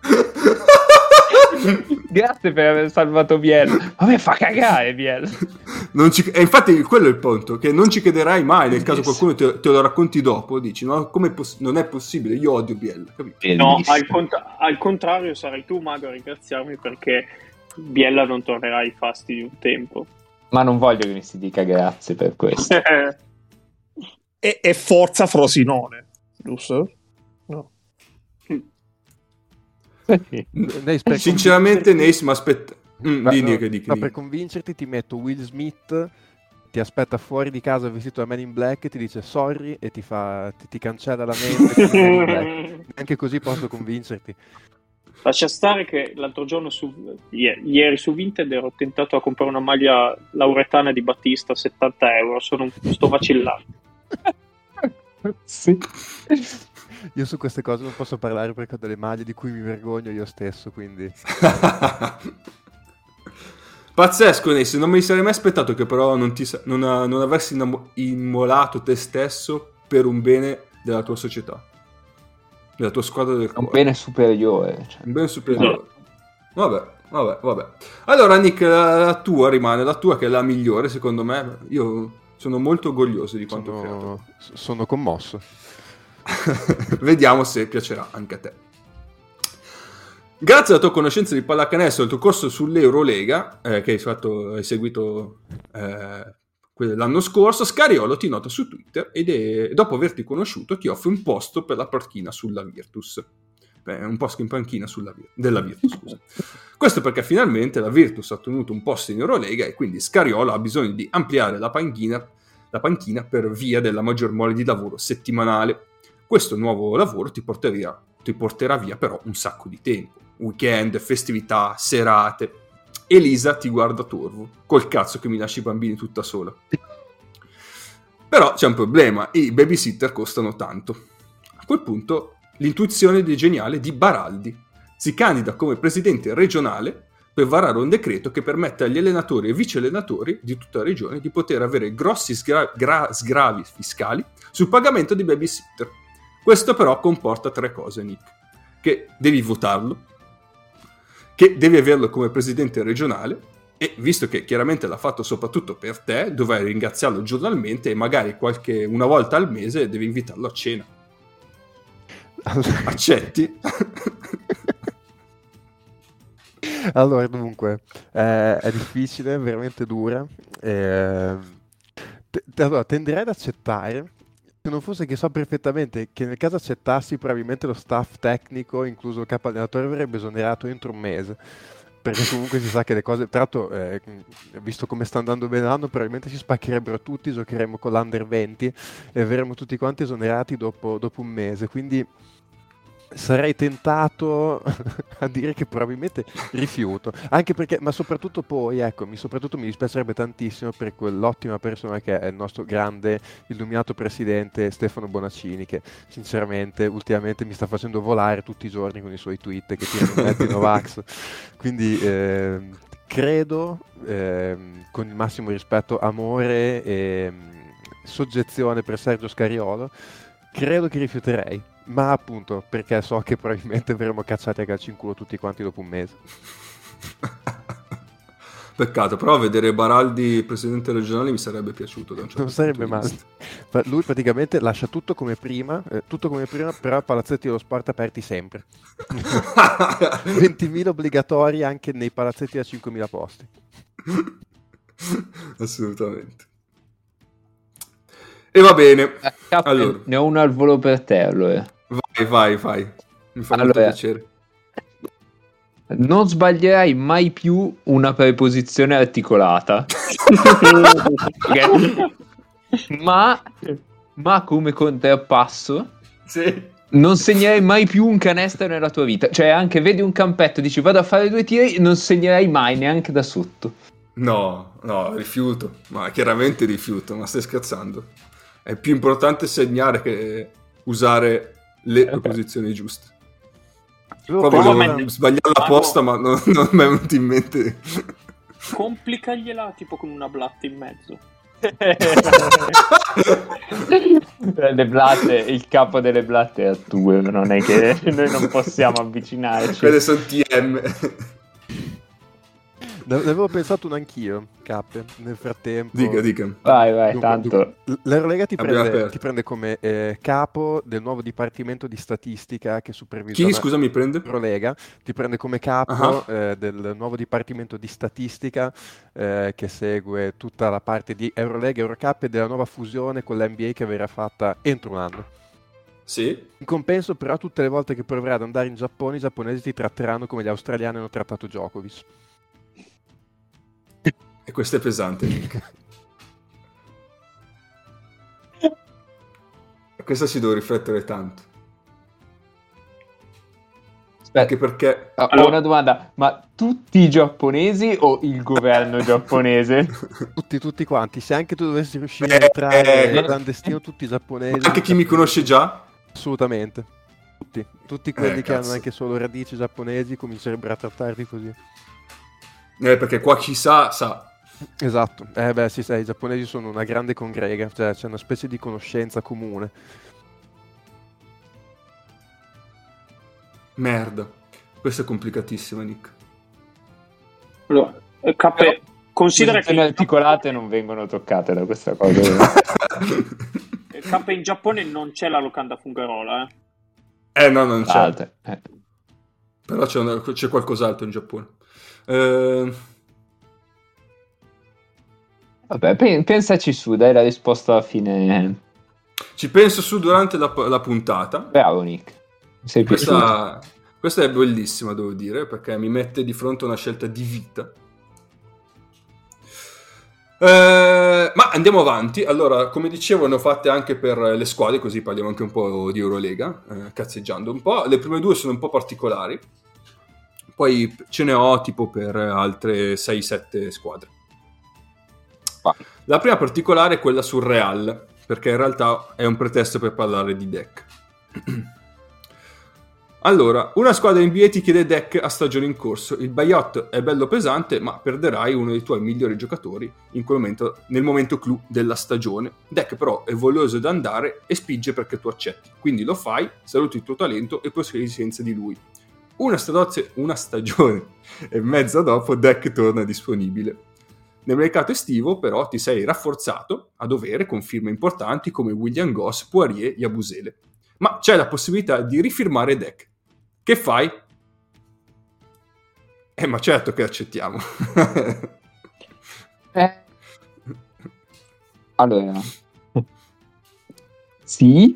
Grazie per aver salvato Biel. A me fa cagare Biel. Non ci... E infatti quello è il punto, che non ci crederai mai nel caso qualcuno te, te lo racconti dopo, dici no, come poss- non è possibile, io odio Biel, capito? No, al, cont- al contrario sarai tu, Mago, a ringraziarmi perché Biella non tornerà ai fasti di un tempo. Ma non voglio che mi si dica grazie per questo. e, e forza Frosinone, giusto? No. Nace, sinceramente Nace, ma aspetta mm, ma, di, no, di, di, di, ma di. per convincerti ti metto Will Smith, ti aspetta fuori di casa vestito da Man in Black, ti dice sorry e ti fa ti, ti cancella la mente. Anche così posso convincerti. Lascia stare che l'altro giorno su ieri, ieri su Vinted ero tentato a comprare una maglia lauretana di Battista a settanta euro. Sono un, sto vacillando. Sì. Io su queste cose non posso parlare perché ho delle maglie di cui mi vergogno io stesso, quindi pazzesco Nace, non me li sarei mai aspettato che però non, ti, non, non avresti immolato te stesso per un bene della tua società, della tua squadra del cuore. Un bene superiore, cioè. Un bene superiore. Vabbè, vabbè, vabbè. Allora Nick, la, la tua rimane, la tua che è la migliore secondo me. Io sono molto orgoglioso di quanto ho sono, creato. sono commosso. Vediamo se piacerà anche a te. Grazie alla tua conoscenza di pallacanestro e al tuo corso sull'Eurolega, eh, che hai, fatto, hai seguito eh, l'anno scorso, Scariolo ti nota su Twitter ed è, dopo averti conosciuto ti offre un posto per la panchina sulla Virtus. Beh, un posto in panchina sulla, della Virtus, scusa. Questo perché finalmente la Virtus ha ottenuto un posto in Eurolega e quindi Scariolo ha bisogno di ampliare la panchina, la panchina per via della maggior mole di lavoro settimanale. Questo nuovo lavoro ti porterà via, ti porterà via però un sacco di tempo. Weekend, festività, serate. Elisa ti guarda torvo. Col cazzo che mi lasci i bambini tutta sola. Però c'è un problema. I babysitter costano tanto. A quel punto l'intuizione di geniale di Baraldi. Si candida come presidente regionale per varare un decreto che permette agli allenatori e vice allenatori di tutta la regione di poter avere grossi sgra- gra- sgravi fiscali sul pagamento di babysitter. Questo però comporta tre cose, Nick. Che devi votarlo, che devi averlo come presidente regionale e, visto che chiaramente l'ha fatto soprattutto per te, dovrai ringraziarlo giornalmente e magari qualche una volta al mese devi invitarlo a cena. Accetti? Allora, dunque, eh, è difficile, veramente dura. Eh, te- allora, tenderei ad accettare, se non fosse che so perfettamente che nel caso accettassi, probabilmente lo staff tecnico, incluso il capo allenatore, verrebbe esonerato entro un mese. Perché comunque si sa che le cose, tra l'altro, eh, visto come sta andando bene l'anno, probabilmente si spaccherebbero tutti, giocheremo con l'Under venti e verremo tutti quanti esonerati dopo, dopo un mese. Quindi sarei tentato a dire che probabilmente rifiuto, anche perché, ma soprattutto poi, ecco, mi, soprattutto mi dispiacerebbe tantissimo per quell'ottima persona che è il nostro grande illuminato presidente Stefano Bonaccini, che sinceramente ultimamente mi sta facendo volare tutti i giorni con i suoi tweet che tirano in mezzo i Novax, quindi ehm, credo, ehm, con il massimo rispetto, amore e mh, soggezione per Sergio Scariolo, credo che rifiuterei. Ma appunto, perché so che probabilmente verremo cacciati a calci in culo tutti quanti dopo un mese. Peccato, però vedere Baraldi presidente regionale mi sarebbe piaciuto. Da un certo Non sarebbe punto di male. Lui praticamente lascia tutto come prima, eh, tutto come prima, però i palazzetti dello sport aperti sempre. ventimila obbligatori anche nei palazzetti da cinquemila posti. Assolutamente. E va bene. Eh, Cap, Allora, ne ho uno al volo per te, allora. vai, vai, vai. Mi fa molto Allora, piacere. non sbaglierai mai più una preposizione articolata. ma, ma come contrappasso, Sì. non segnerai mai più un canestro nella tua vita. Cioè, anche vedi un campetto, dici vado a fare due tiri, non segnerai mai neanche da sotto. No, no, rifiuto. Ma chiaramente rifiuto, ma stai scherzando. È più importante segnare che usare le Okay. preposizioni giuste. Io Poi Però volevo metti- sbagliare la posta, ma non, non mi è venuto in mente. Complicagliela tipo con una blatta in mezzo. Le blatte, il capo delle blatte è a due, non è che noi non possiamo avvicinarci. Quelle sono T M. Ne ne avevo pensato un anch'io, Cap, nel frattempo. Dica, dica. Vai, vai, Dunque, tanto. dunque, l'Eurolega ti Abbiamo prende, aperto. ti prende come eh, capo del nuovo dipartimento di statistica che supervisiona. Chi, scusa, mi prende? Eurolega ti prende come capo Ah. eh, del nuovo dipartimento di statistica eh, che segue tutta la parte di Eurolega, Eurocup e della nuova fusione con l'N B A che verrà fatta entro un anno. Sì. In compenso, però, tutte le volte che proverai ad andare in Giappone, i giapponesi ti tratteranno come gli australiani hanno trattato Djokovic. E questo è pesante, Nick. E questa ci devo riflettere tanto. Aspetta, Anche perché... ah, ho Allora- una domanda, ma tutti i giapponesi o il governo giapponese? Tutti, tutti quanti. Se anche tu dovessi riuscire a Eh, entrare eh. clandestino, tutti i giapponesi. Anche chi mi conosce già? Assolutamente. Tutti. Tutti quelli Eh, che hanno cazzo. anche solo radici giapponesi comincerebbero a trattarli così. Eh, perché qua chi sa, sa. Esatto. Eh beh, sì, sai, i giapponesi sono una grande congrega, cioè c'è una specie di conoscenza comune. Merda. Questa è complicatissima, Nick. Allora, eh, Cappe, considera che Posizioni articolate non vengono toccate da questa cosa. eh, Cappe in Giappone non c'è la locanda fungarola, eh. Eh, no, non c'è. Altre, eh. Però c'è, una- c'è qualcos'altro in Giappone. Eh, Vabbè, pe- pensaci su, dai la risposta alla fine. ci penso su durante la, la puntata. Bravo Nick, mi sei piaciuto. Questa, questa è bellissima, devo dire, perché mi mette di fronte a una scelta di vita. Eh, ma andiamo avanti. Allora, come dicevo, ne ho fatte anche per le squadre, così parliamo anche un po' di Eurolega, eh, cazzeggiando un po'. Le prime due sono un po' particolari, poi ce ne ho tipo per altre sei sette squadre. Vai. La prima particolare è quella sul Real, perché in realtà è un pretesto per parlare di deck. Allora, una squadra N B A ti chiede deck a stagione in corso. Il buyout è bello pesante, ma perderai uno dei tuoi migliori giocatori in quel momento, nel momento clou della stagione. Deck però è voglioso da andare e spinge perché tu accetti. Quindi lo fai, saluti il tuo talento e prosegui senza di lui. Una, stadozze- una stagione e mezza dopo, deck torna disponibile. Nel mercato estivo, però, ti sei rafforzato a dovere con firme importanti come William Goss, Poirier, Yabusele. Ma c'è la possibilità di rifirmare deck. Che fai? Eh, ma certo che accettiamo. Eh. Allora, sì,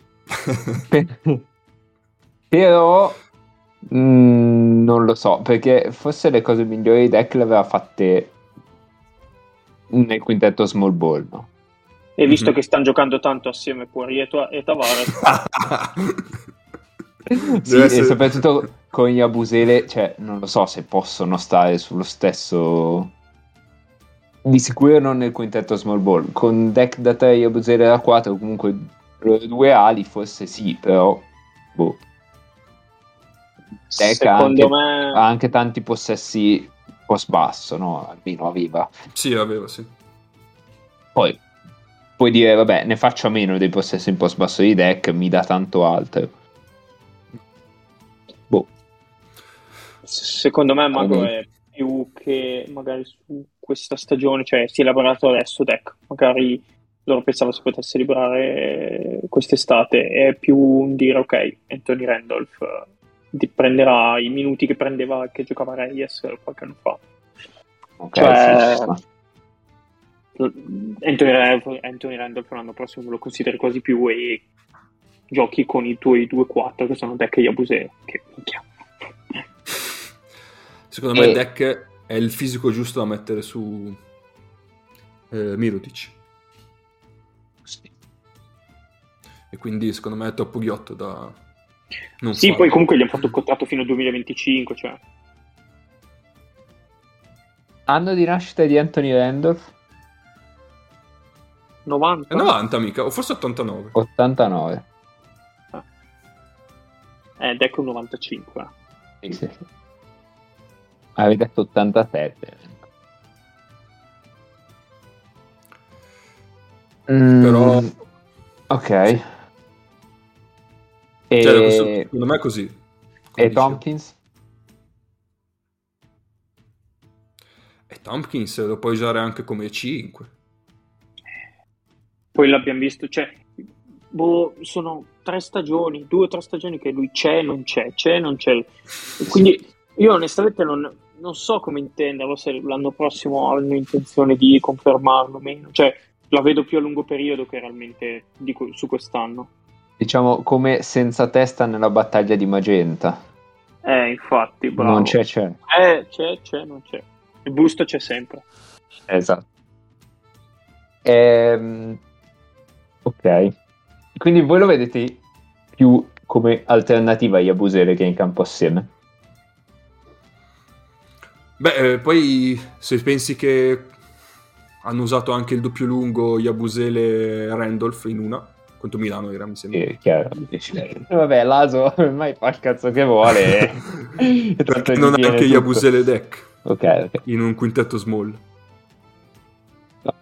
però mm, non lo so, perché forse le cose migliori deck le aveva fatte nel quintetto small ball, no? E visto Mhm. che stanno giocando tanto assieme Poirier e Tavares, Sì, Deve e essere- soprattutto con Yabusele, cioè non lo so se possono stare sullo stesso. Di sicuro non nel quintetto small ball. Con deck da tre Yabusele da quattro, comunque loro due ali, forse sì, però boh. Deck ha anche, secondo me ha anche tanti possessi post basso, no? Almeno aveva. Sì, aveva, sì. Poi puoi dire, vabbè, ne faccio a meno dei possessi in post basso di deck, mi dà tanto altro. Boh. secondo me Mago Mm. è più che magari su questa stagione, cioè si è lavorato adesso deck, magari loro pensavano si potesse liberare quest'estate, è più un dire ok, Anthony Randolph eh, di- prenderà i minuti che prendeva, che giocava Reyes qualche anno fa. Ok, Cioè, sì, ci sta. Anthony Randolph, Anthony Randolph l'anno prossimo lo consideri quasi più e giochi con i tuoi due quattro che sono deck e Yabusele, che minchia. Secondo me E- deck è il fisico giusto da mettere su eh, Mirotic. Sì. E quindi secondo me è troppo ghiotto da non Sì, farlo. poi comunque gli hanno fatto un contratto fino al duemilaventicinque, cioè Anno di nascita di Anthony Randolph? novanta. È novanta mica, o forse ottantanove. ottantanove. Eh, deck un novantacinque. Sì, sì, sì. Avevi detto ottantasette. Mm, Però- ok. E, Cioè, questo- secondo me è così. come e dicevo. Tompkins? E Tompkins lo puoi usare anche come cinque. Poi l'abbiamo visto, cioè, boh, sono tre stagioni, due o tre stagioni che lui c'è, non c'è, c'è, non c'è. E quindi io onestamente non, non so come intenderlo, se l'anno prossimo hanno intenzione di confermarlo o meno. Cioè, la vedo più a lungo periodo che realmente di que- su quest'anno. Diciamo come senza testa nella battaglia di Magenta. Eh, infatti, bravo. Non c'è, c'è. Eh, c'è, c'è, non c'è. Il busto c'è sempre. Esatto. Ehm, ok. Quindi voi lo vedete più come alternativa a Yabusele che in campo assieme? Beh, eh, poi se pensi che hanno usato anche il doppio lungo Yabusele e Randolph in una, contro Milano era, mi sembra. Sì, chiaro. Vabbè, l'Aso ormai fa il cazzo che vuole. e tanto Perché gli non ha viene anche tutto. Yabusele deck Ok, ok. in un quintetto small. No.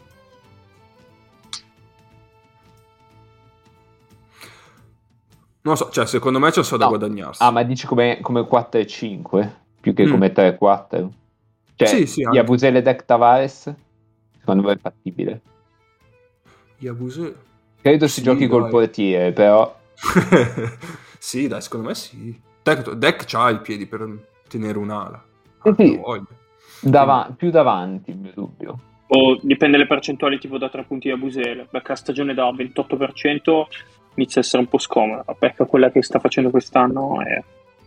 Non lo so, cioè secondo me c'è so da No. guadagnarsi. Ah, ma dici come, come quattro e cinque più che Mm. come tre e quattro? Cioè, Sì, sì, anche. Yabusele deck Tavares? Secondo me è fattibile. Yabusele. Credo si Sì, giochi col dai. portiere, però Sì, dai, secondo me sì. Deck, deck c'ha i piedi per tenere un'ala. Eh Ah, sì. lo voglio. dava- più davanti, il mio dubbio. O dipende le percentuali tipo da tre punti a Busele, perché la stagione da ventotto per cento inizia a essere un po' scomoda, perché quella che sta facendo quest'anno è...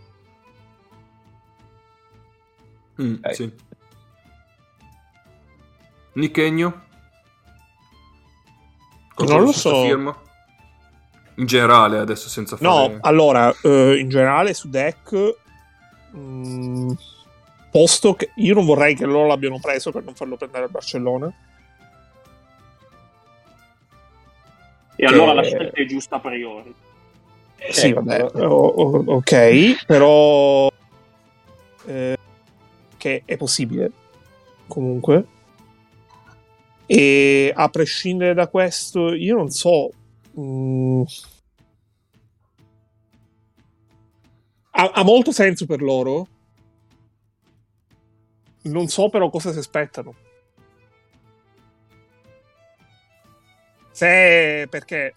Mm, Ok. sì. Nichegno? Non lo su sta so. firma? In generale, adesso senza fare... No, allora, eh, in generale su deck, mh, posto che io non vorrei che loro l'abbiano preso per non farlo prendere al Barcellona. E allora la Che- scelta è giusta a priori. Sì, Ecco. vabbè, o- o- ok, però eh, che è possibile comunque. E a prescindere da questo, io non so. mh, ha, ha molto senso per loro. Non so però cosa si aspettano. Se perché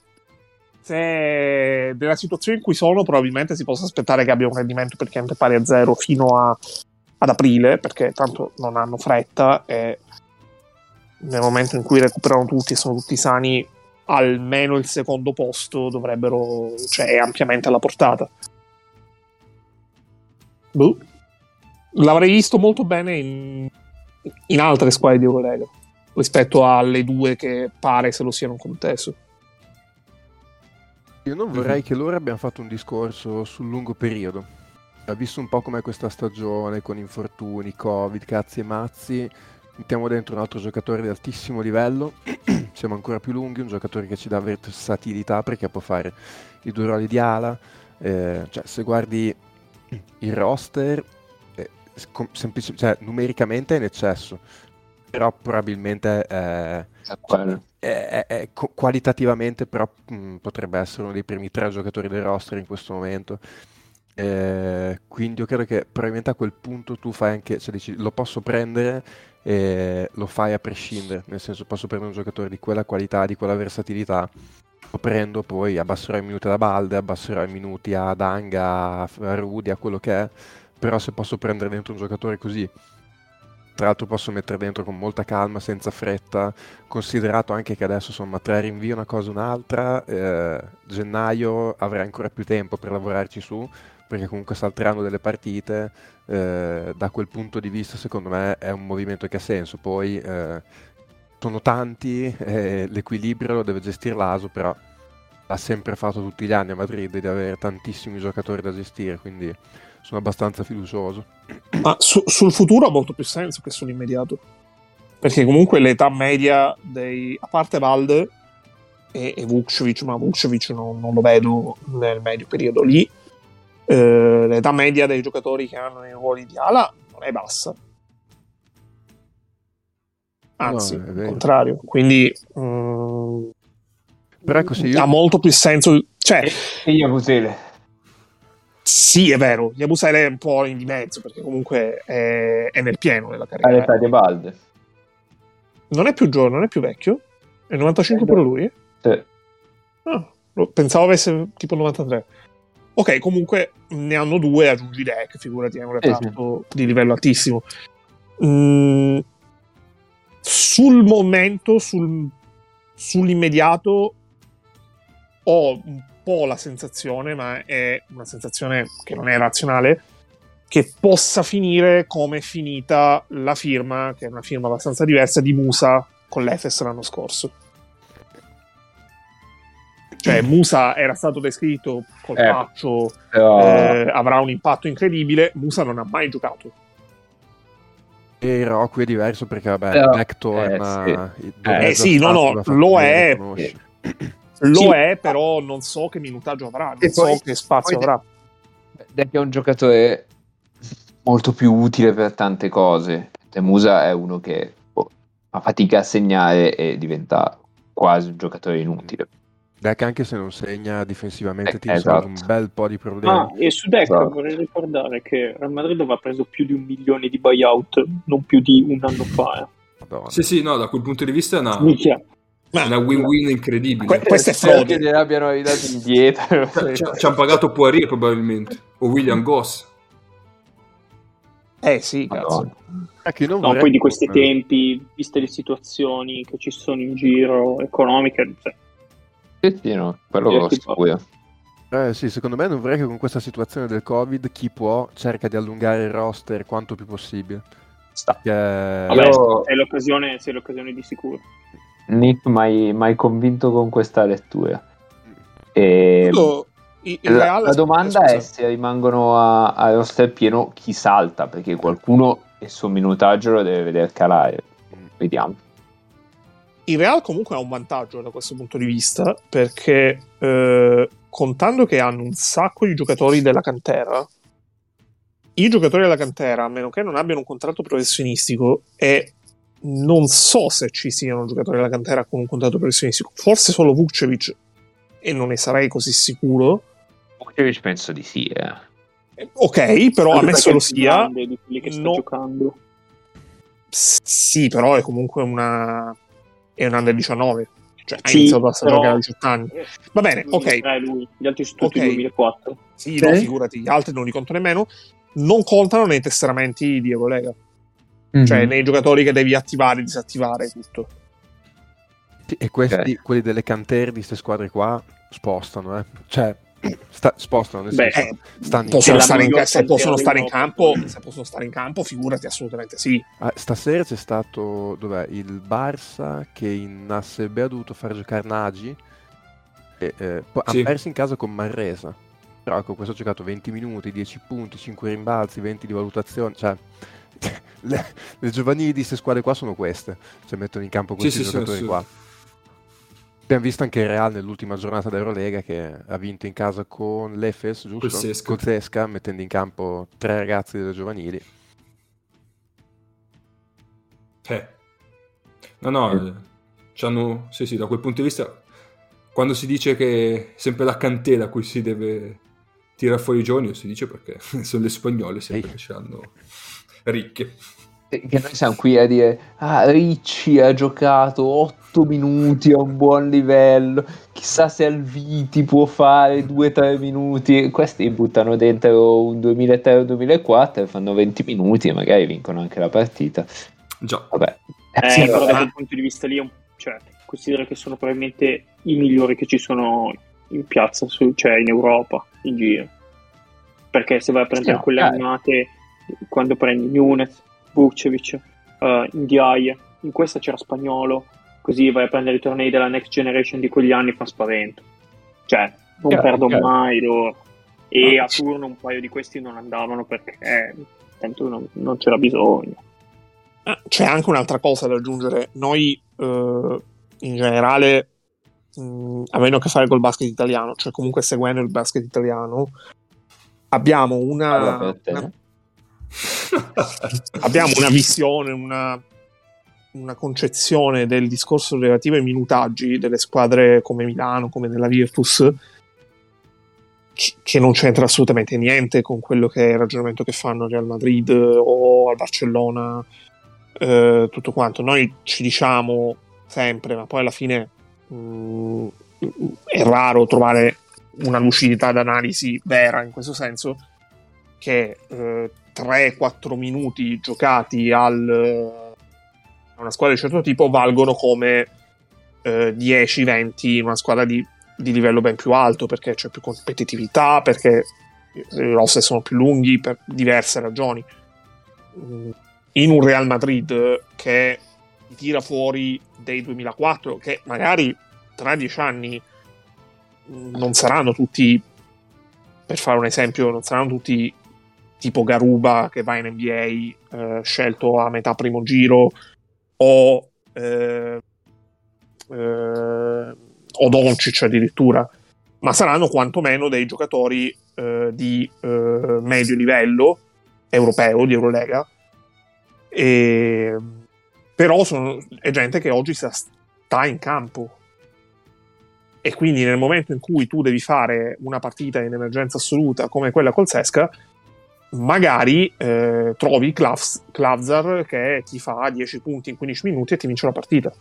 se nella situazione in cui sono, probabilmente si possa aspettare che abbia un rendimento praticamente pari a zero fino a ad aprile, perché tanto non hanno fretta e nel momento in cui recuperano tutti e sono tutti sani, almeno il secondo posto dovrebbero, cioè è ampiamente alla portata. Boh. L'avrei visto molto bene in, in altre squadre di Eurolega rispetto alle due che pare se lo siano conteso. Io non vorrei mm. che loro abbiano fatto un discorso sul lungo periodo. Ha visto un po' com'è questa stagione con infortuni, covid, cazzi e mazzi. Mettiamo dentro un altro giocatore di altissimo livello, siamo ancora più lunghi, un giocatore che ci dà versatilità perché può fare i due ruoli di ala, eh, cioè se guardi il roster, eh, com- semplici- cioè, numericamente è in eccesso, però probabilmente è, è, è, è co- qualitativamente però mh, potrebbe essere uno dei primi tre giocatori del roster in questo momento. Eh, quindi io credo che probabilmente a quel punto tu fai anche, cioè dici lo posso prendere e lo fai a prescindere, nel senso posso prendere un giocatore di quella qualità, di quella versatilità, lo prendo, poi abbasserò i minuti da Balde, abbasserò i minuti a Danga, a Rudy, a quello che è, però se posso prendere dentro un giocatore così, tra l'altro posso mettere dentro con molta calma, senza fretta, considerato anche che adesso insomma tra rinvio una cosa e un'altra, eh, gennaio avrai ancora più tempo per lavorarci su, perché comunque salteranno delle partite, eh, da quel punto di vista secondo me è un movimento che ha senso. Poi eh, sono tanti, eh, l'equilibrio lo deve gestire l'A S O, però l'ha sempre fatto tutti gli anni a Madrid di avere tantissimi giocatori da gestire, quindi sono abbastanza fiducioso. Ma su, sul futuro ha molto più senso che sull'immediato, perché comunque l'età media dei, a parte Balde e, e Vukcevic, ma Vukcevic non, non lo vedo nel medio periodo lì. Uh, l'età media dei giocatori che hanno i ruoli di ala non è bassa, anzi no, al contrario, quindi um, però è così, io... ha molto più senso, cioè e Yabusele sì, è vero, Yabusele è un po' in di mezzo perché comunque è, è nel pieno della carriera, all'età di Balde non è più giovane, non è più vecchio, è novantacinque pure lui? Sì. Ah, pensavo avesse tipo novantatré. Ok, comunque ne hanno due, aggiungi Deck, figurati, è un reparto eh sì. di livello altissimo. Mm, sul momento, sul, sull'immediato, ho un po' la sensazione, ma è una sensazione che non è razionale, che possa finire come è finita la firma, che è una firma abbastanza diversa, di Musa con l'Efes l'anno scorso. Cioè Musa era stato descritto col eh, faccio, però... eh, avrà un impatto incredibile. Musa non ha mai giocato. E Rocco è diverso perché vabbè, però... Beck torna eh, sì, eh, sì no no lo è eh, lo sì. è però non so che minutaggio avrà, non e so poi, che spazio avrà. Deck è un giocatore molto più utile per tante cose. E Musa è uno che oh, fa fatica a segnare e diventa quasi un giocatore inutile. Deck anche se non segna difensivamente eh, ti esatto. risolve un bel po' di problemi. Ah, e su Deck esatto. vorrei ricordare che Real Madrid aveva preso più di un milione di buyout non più di un anno fa. Eh. Sì, sì, no, da quel punto di vista è una, Ma, una win-win incredibile. Que- questo è frode. Che abbiano ridato indietro. Ci, ci hanno pagato Poirier probabilmente, o William Goss. Eh sì, cazzo. Ecco, non no, poi di questi come... tempi, viste le situazioni che ci sono in giro, economiche, cioè. Sì, sì, no, quello lo studio. Eh sì, secondo me non vorrei che con questa situazione del Covid chi può cerca di allungare il roster quanto più possibile. Sta. Perché... Vabbè, Io... è, l'occasione, è l'occasione di sicuro. Nick mai, mai convinto con questa lettura. E... Io, il, il la, reale, la domanda scusa. è se rimangono a, a roster pieno chi salta, perché qualcuno il suo minutaggio lo deve vedere calare. Vediamo. Il Real comunque ha un vantaggio da questo punto di vista, perché eh, contando che hanno un sacco di giocatori della cantera, i giocatori della cantera, a meno che non abbiano un contratto professionistico, e non so se ci siano giocatori della cantera con un contratto professionistico, forse solo Vukcevic, e non ne sarei così sicuro. Vukcevic penso di sì, eh. Ok, però anche ammesso lo sia, di quelli che sta no... giocando. Sì, però è comunque una... è un under diciannove, cioè sì, ha iniziato a però... giocare a diciotto anni. Va bene, ok. Lui, gli altri sono tutti okay. duemilaquattro. Sì, no, figurati, gli altri non li conto nemmeno. non contano nei tesseramenti di Eurolega, Mm-hmm. cioè nei giocatori che devi attivare e disattivare tutto. Sì, e questi, Ok. quelli delle cantere di queste squadre qua spostano, eh. Cioè, sta- spostano, nel Beh, senso, Eh, stanno in possono la stare in, miglior se possono cantera stare in d'Europa. campo, se possono stare in campo, figurati, assolutamente sì. Ah, stasera c'è stato, dov'è, il Barça che in A S B ha dovuto far giocare Nagy e eh, poi Sì. hanno perso in casa con Manresa, però ecco, questo ha giocato venti minuti, dieci punti, cinque rimbalzi, venti di valutazione, cioè le, le giovanili di queste squadre qua sono queste, cioè mettono in campo questi Sì, sì, sì, giocatori sì. qua. Abbiamo visto anche il Real nell'ultima giornata d'Eurolega che ha vinto in casa con l'Efes, giusto? Col Cesca. Col Cesca, mettendo in campo tre ragazzi delle giovanili. Eh. No, no, eh, c'hanno, sì, sì, da quel punto di vista, quando si dice che è sempre la cantera a cui si deve tirare fuori i giovani, si dice perché sono le spagnole sempre Ehi. che ce l'hanno ricche. Che noi siamo qui a dire, ah, Ricci ha giocato otto minuti a un buon livello, chissà se Alviti può fare due tre minuti. Questi buttano dentro un duemilatré o duemilaquattro e fanno venti minuti e magari vincono anche la partita. Già. Vabbè. Eh, Sì, però da ma- quel punto di vista lì, è un- cioè, considero che sono probabilmente i migliori che ci sono in piazza, su- cioè in Europa, in giro. Perché se vai a prendere Sì, no, quelle dai. annate, quando prendi Nunes, Vucevic, uh, Ndiaye, in questa c'era Spagnolo, così vai a prendere i tornei della Next Generation di quegli anni, fa spavento. Cioè, non Chiaro, perdo chiaro. mai loro. E a turno un paio di questi non andavano perché eh, tanto non, non c'era bisogno. Eh, C'è anche un'altra cosa da aggiungere. Noi, eh, in generale, mh, avendo a che fare col basket italiano, cioè comunque seguendo il basket italiano, abbiamo Parla una, per te. una- abbiamo una visione, una, una concezione del discorso relativo ai minutaggi delle squadre come Milano, come nella Virtus, che- che non c'entra assolutamente niente con quello che è il ragionamento che fanno al Real Madrid o al Barcellona, eh, tutto quanto. Noi ci diciamo sempre, ma poi alla fine mh, è raro trovare una lucidità d'analisi vera in questo senso, che eh, tre quattro minuti giocati al, a una squadra di certo tipo valgono come eh, dieci venti in una squadra di, di livello ben più alto, perché c'è più competitività, perché i roster sono più lunghi per diverse ragioni. Mm, in un Real Madrid che ti tira fuori dei duemilaquattro, che magari tra dieci anni mm, non saranno tutti, per fare un esempio, non saranno tutti tipo Garuba che va in N B A eh, scelto a metà primo giro, o eh, eh, o Doncic addirittura, ma saranno quantomeno dei giocatori eh, di eh, medio livello europeo, di Eurolega, e però sono, è gente che oggi sta, sta in campo, e quindi nel momento in cui tu devi fare una partita in emergenza assoluta come quella col Sesca, magari eh, trovi Klavs, Klavzar che ti fa dieci punti in quindici minuti e ti vince la partita.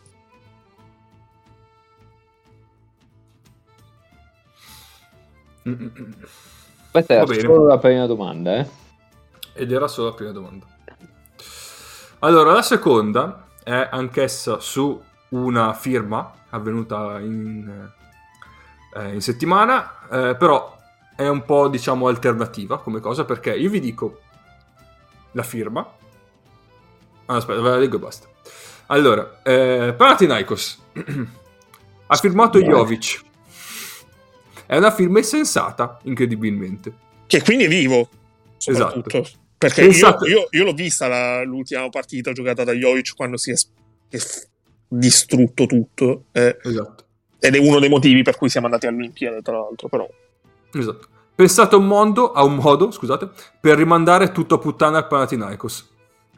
Questa era Va bene. solo la prima domanda, eh? Ed era solo la prima domanda. Allora, la seconda è anch'essa su una firma avvenuta in, eh, in settimana, eh, però è un po', diciamo, alternativa come cosa, perché io vi dico la firma. Ah, aspetta, ve la leggo e basta. Allora, eh, Panathinaikos ha firmato Jovic. È una firma insensata, incredibilmente. Che quindi è vivo, soprattutto. Esatto. Perché Pensate- io, io, io l'ho vista la- l'ultima partita giocata da Jovic quando si è, s- è f- distrutto tutto, eh, Esatto. ed è uno dei motivi per cui siamo andati alle Olimpiadi, tra l'altro, però. Esatto. Pensate a un mondo, a un modo, scusate, per rimandare tutto a puttana al Panathinaikos.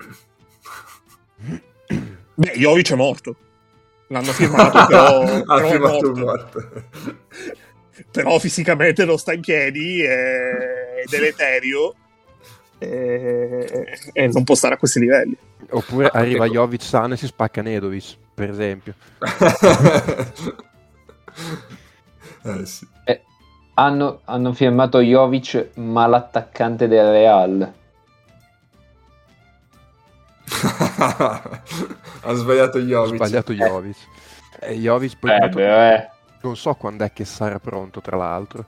Beh, Jovic è morto. L'hanno firmato, però, ha però è firmato morto. morto. Però fisicamente non sta in piedi, è, è deleterio, e, e non può stare a questi livelli. Oppure Ah, arriva ecco. Jovic sano e si spacca Nedovic, per esempio. eh, sì. Eh, hanno, hanno firmato Jovic, ma l'attaccante del Real. Ha sbagliato Ho Jovic. sbagliato Jovic. E Jovic poi Eh, tra l'altro, beh, eh. non so quando è che sarà pronto, tra l'altro.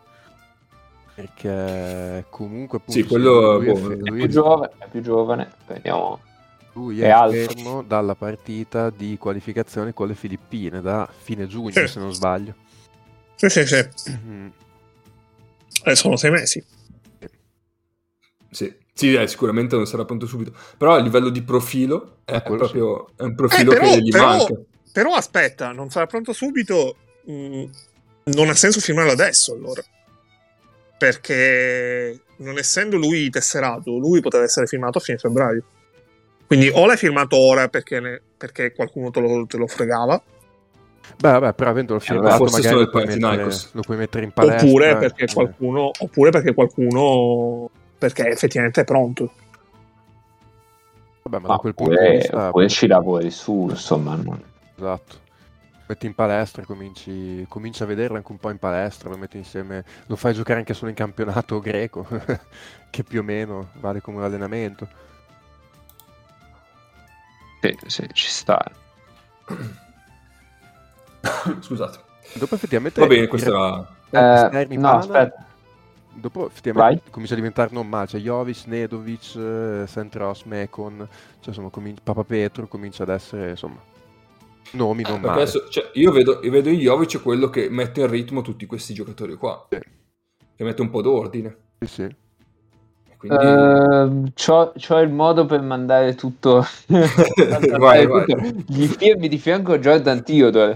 Perché comunque appunto Sì, quello, lui, lui boh, è, fe- è È lui più è- giovane, è più giovane. Vediamo. lui è è alto. fermo dalla partita di qualificazione con le Filippine da fine giugno, Sì. se non sbaglio. Sì, sì, sì. Mm. Eh, sono sei mesi. Sì, sì eh, sicuramente non sarà pronto subito. Però a livello di profilo è, Ah, quello proprio è un Eh, profilo però, che gli però, manca. però aspetta, non sarà pronto subito. mh, non ha senso firmarlo adesso allora. Perché non essendo lui tesserato, lui poteva essere firmato a fine febbraio. Quindi o l'hai firmato ora perché, ne- perché qualcuno te lo, te lo fregava, Beh, vabbè, però avendolo vabbè, firmato forse magari sono lo il puoi, mettere, Panathinaikos. lo puoi mettere in palestra. oppure perché eh. qualcuno, oppure perché qualcuno, perché effettivamente è pronto. Vabbè, ma Ma da quel punto di oppure, vista... oppure ci lavori su, insomma. Non... Esatto. Metti in palestra, cominci, cominci a vederlo anche un po' in palestra, lo metti insieme, lo fai giocare anche solo in campionato greco, che più o meno vale come un allenamento. Sì, sì, ci sta. Scusate. Dopo effettivamente... Va bene, il- questa era... Eh, esterni no, Pana, aspetta. dopo effettivamente Vai. comincia a diventare normale, cioè Jovic, Nedovic, eh, Sentros, Mekon, cioè insomma comin- Papa Petru comincia ad essere insomma nomi non Perché male. adesso, cioè, io vedo, io vedo in Jovic quello che mette in ritmo tutti questi giocatori qua. Sì. Che mette un po' d'ordine. Sì, sì. Quindi... Ehm, c'ho, c'ho il modo per mandare tutto. mandare vai, vai. tutto. Gli firmi di fianco Jordan Theodore.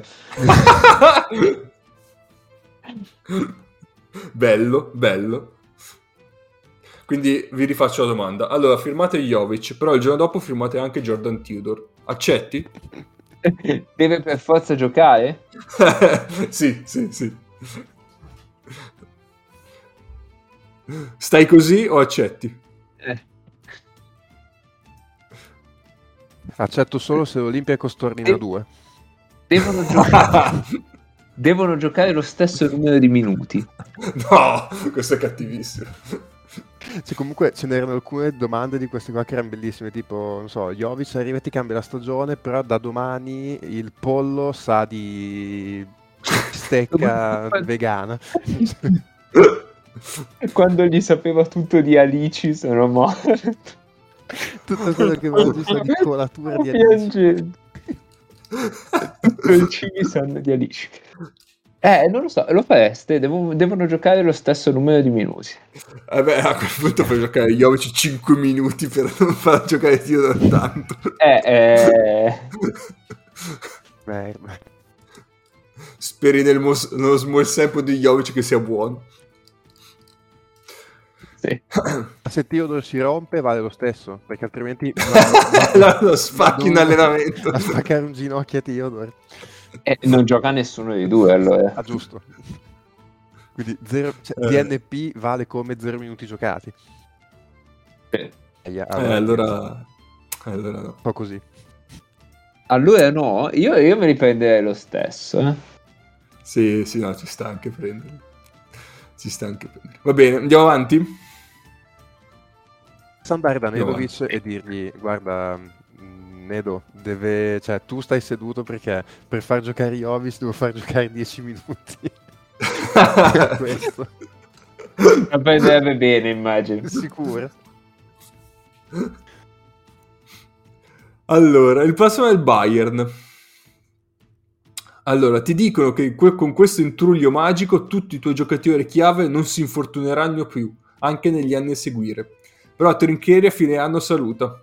Bello, bello. Quindi vi rifaccio la domanda. Allora, firmate Jovic, però il giorno dopo firmate anche Jordan Theodore. Accetti? Deve per forza giocare? Sì, sì, sì. Stai così o accetti? Eh. Accetto solo se l'Olimpia stornina Sì. due. Devono giocare. Devono giocare lo stesso numero di minuti. No, questo è cattivissimo. Cioè, comunque ce n'erano alcune domande di queste qua che erano bellissime, tipo, non so, Jovic arriva e ti cambia la stagione, però da domani il pollo sa di stecca vegana. Quando gli sapeva tutto di Alici sono morto. Tutto quello che mangi sa di colatura di Alici. Piangendo. Tutto il cibo sanno di Alici. Eh, non lo so, lo fareste, devo- devono giocare lo stesso numero di minuti. Vabbè, a quel punto fai giocare Jovic cinque minuti per non far giocare Theodore tanto. Eh, eh... Merda. Speri nel mos- nello small sample di Jovic che sia buono. Sì. Se Theodore si rompe vale lo stesso, perché altrimenti lo, lo spacchi in non- allenamento. a spaccare un ginocchio a Theodore. Eh, non gioca nessuno dei due, allora. Ah, giusto. Quindi zero, cioè, Eh. D N P vale come zero minuti giocati. Sì. Eh, Eh, allora... allora no. un po' così. Allora no, io, io me li prenderei lo stesso. Eh. Sì, sì, no, ci sta anche prendere. Ci sta anche prendere. Va bene, andiamo avanti? Andare da Andiamo Nedovic e dirgli, guarda, mh, Nedo, deve, cioè, tu stai seduto perché per far giocare Jovic devo far giocare dieci minuti. Questo. La prenderebbe bene, immagino. Sicuro. Allora, il prossimo è il Bayern. Allora, ti dicono che que- con questo intruglio magico tutti i tuoi giocatori chiave non si infortuneranno più, anche negli anni a seguire. Però Trinchieri a fine anno saluta.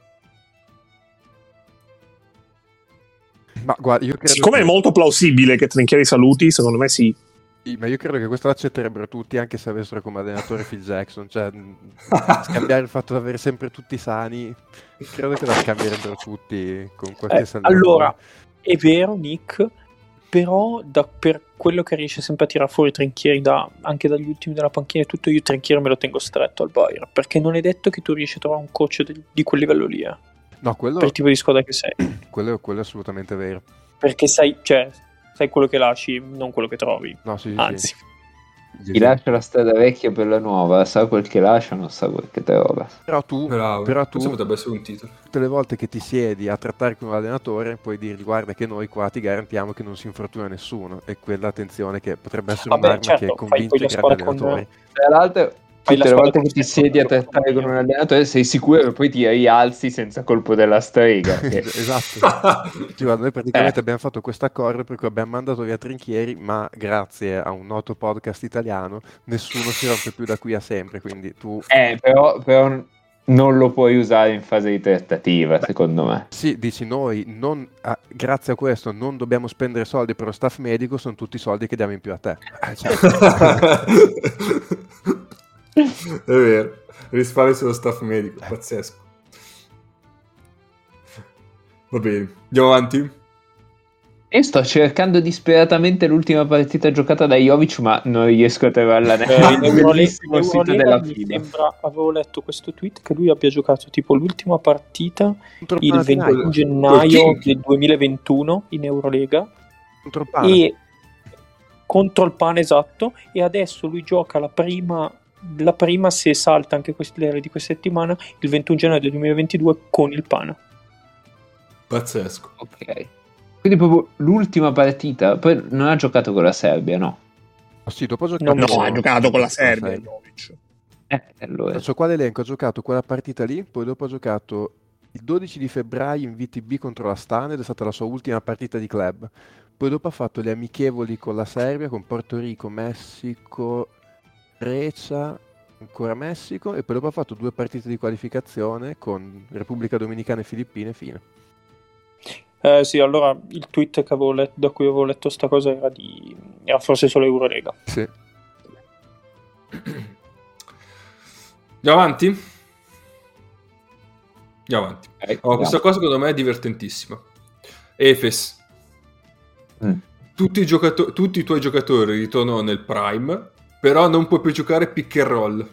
Ma guarda, io credo Siccome che... è molto plausibile che Trinchieri saluti, secondo me sì. Sì, ma io credo che questo l'accetterebbero tutti anche se avessero come allenatore Phil Jackson, cioè mh, scambiare il fatto di avere sempre tutti sani, credo che la scambierebbero tutti con qualche Eh, allora, è vero, Nick, però da- per quello che riesce sempre a tirare fuori Trinchieri da- anche dagli ultimi della panchina e tutto, io Trinchieri me lo tengo stretto al Bayern, perché non è detto che tu riesci a trovare un coach di, di quel livello lì, eh, No, quello, per il tipo di squadra che sei, quello, quello è assolutamente vero. perché sai, cioè, sai quello che lasci, non quello che trovi, No, sì, sì, anzi. sì. Chi lascia la strada vecchia per la nuova sa quel che lascia, non sa quel che trova. Però tu, Bravo. però tu Questo potrebbe essere un titolo. tutte le volte che ti siedi a trattare con un allenatore puoi dirgli guarda che noi qua ti garantiamo che non si infortuna nessuno, e quella attenzione che potrebbe essere Vabbè, un'arma certo, che fai convince poi la i grandi squadra con- allenatori. Tra l'altro, Fai la tutte le squadra volte che con ti sé, siedi a proprio trattare con come- un allenatore sei sicuro che poi ti rialzi senza colpo della strega. che- Esatto. Sì, guarda, noi praticamente Eh. abbiamo fatto questo accordo per cui abbiamo mandato via Trinchieri, ma grazie a un noto podcast italiano nessuno si rompe più da qui a sempre, quindi tu... Eh, però, però non lo puoi usare in fase di trattativa, secondo me. Sì, dici noi, non, ah, grazie a questo non dobbiamo spendere soldi per lo staff medico, sono tutti soldi che diamo in più a te. Eh, cioè, È vero, risparmi sullo staff medico, pazzesco. Va bene, andiamo avanti? Io sto cercando disperatamente l'ultima partita giocata da Jovic, ma non riesco a trovarla Eh, nel in Eurole- bellissimo in sito Eurolega della mi fine. sembra, avevo letto questo tweet che lui abbia giocato tipo l'ultima partita contro il il Panathinaikos, ventuno Col gennaio King. del duemilaventuno in Eurolega contro il Pana. e contro il Pan, esatto, e adesso lui gioca la prima la prima se salta anche queste le di questa settimana il ventuno gennaio del duemilaventidue con il Pana. Pazzesco. Ok. Quindi proprio l'ultima partita, poi non ha giocato con la Serbia, no? Ah, sì, dopo ha giocato, No, No, ha giocato con la Serbia. Jovic. Eh, allora. Il suo quale elenco ha giocato quella partita lì, poi dopo ha giocato il dodici di febbraio in V T B contro la Stan ed è stata la sua ultima partita di club. Poi dopo ha fatto le amichevoli con la Serbia, con Porto Rico, Messico, Grecia, ancora Messico, e poi dopo ha fatto due partite di qualificazione con Repubblica Dominicana e Filippine, fine. Eh sì, allora il tweet che avevo letto, da cui avevo letto sta cosa era di era forse solo Eurolega. Sì. Andiamo avanti? Andiamo avanti. Ok, Oh, questa andiamo. cosa secondo me è divertentissima. Efes. Mm. Tutti i, giocato- tutti i tuoi giocatori ritornano nel prime, però non puoi più giocare pick and roll.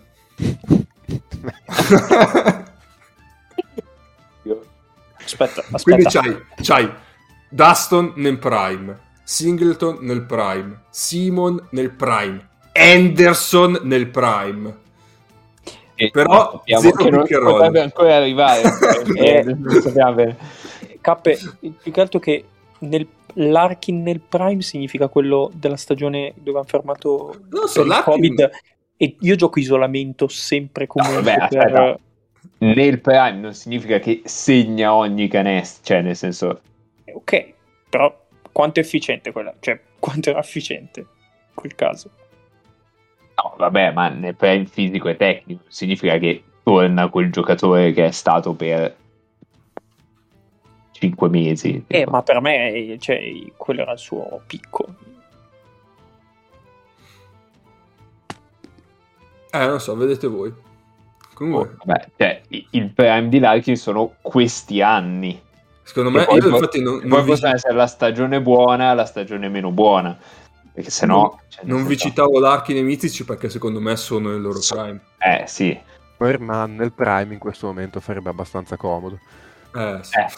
Aspetta, Quindi aspetta. c'hai, c'hai Dustin nel prime, Singleton nel prime, Simon nel prime, Anderson nel prime. E Però sappiamo zero che non pick and roll. potrebbe ancora arrivare. Eh. non sappiamo bene. Cappe, più che altro che nel, Larkin nel prime significa quello della stagione dove hanno fermato Non so, per il Larkin- Covid, e io gioco isolamento sempre comunque vabbè, per... aspetta. Nel prime non significa che segna ogni canestro, cioè nel senso Ok, però quanto è efficiente quella, cioè quanto era efficiente in quel caso. no, vabbè, ma nel prime fisico e tecnico significa che torna quel giocatore che è stato per cinque mesi. Eh, tipo. ma per me cioè, quello era il suo picco. Eh, non so, vedete voi. Comunque, Oh, vabbè, cioè, i- il prime di Larkin sono questi anni. secondo E me, poi io po- infatti non, poi non vi, possono essere la stagione buona, la stagione meno buona. Perché se no... cioè, nel non vi senso- citavo Larkin e Mitic perché secondo me sono nel loro So- prime. Eh, sì. Herman nel prime in questo momento farebbe abbastanza comodo. Eh, sì. Eh.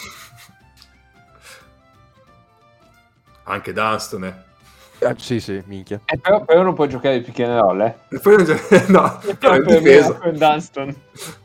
Anche Dunston, eh. Eh, sì, sì, minchia. Eh, però, però non può giocare pick and roll, eh. E poi non c'è... no, però in Per me difesa. con Dunston.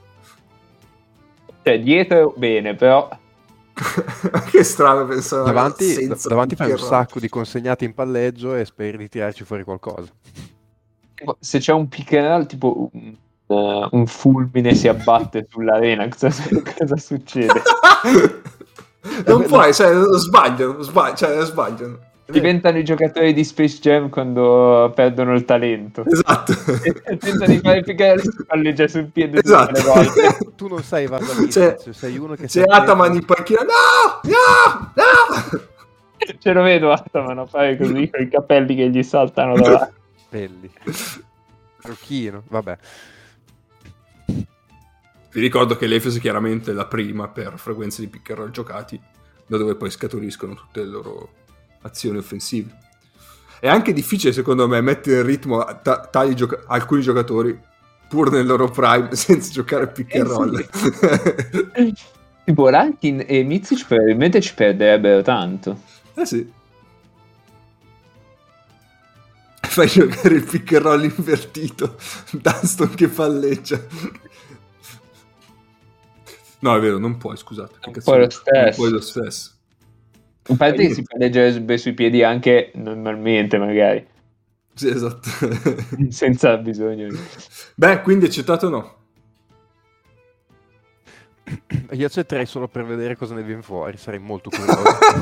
Cioè, dietro bene, però... Che strano pensare Eh, Davanti, senza davanti fai un pick and roll. sacco di consegnati in palleggio e speri di tirarci fuori qualcosa. Se c'è un pick and roll, tipo un, eh, un fulmine si abbatte sull'arena, cosa, cosa succede? Non puoi, cioè, sbagliano, sbag- cioè, sbagliano. Diventano i giocatori di Space Jam quando perdono il talento. Esatto. E tentano di fare pick and roll, si palleggia sul piede Esatto. tutte le volte. Tu non sei Vada C'è- sei uno che C'è sei Ataman in panchina. No! No! No! Ce lo vedo Ataman a fare così con i capelli che gli saltano davanti. Pelli. Rocchino, vabbè. Vi ricordo che l'Efes è chiaramente la prima per frequenza di pick and roll giocati, da dove poi scaturiscono tutte le loro azioni offensive. È anche difficile, secondo me, mettere in ritmo a ta- tali gioca- alcuni giocatori pur nel loro prime senza giocare pick and Eh, roll. Tipo Larkin e Mizic probabilmente ci perderebbero tanto. Eh sì. fai giocare il pick and roll invertito, Dunston che palleggia. No, è vero, non puoi, scusate. Non puoi lo stesso. Non puoi lo stesso. In parte che si palleggia sui piedi anche normalmente, magari. Sì, esatto. Senza bisogno di... Beh, quindi accettato o no? Io accetterei solo per vedere cosa ne viene fuori, sarei molto curioso.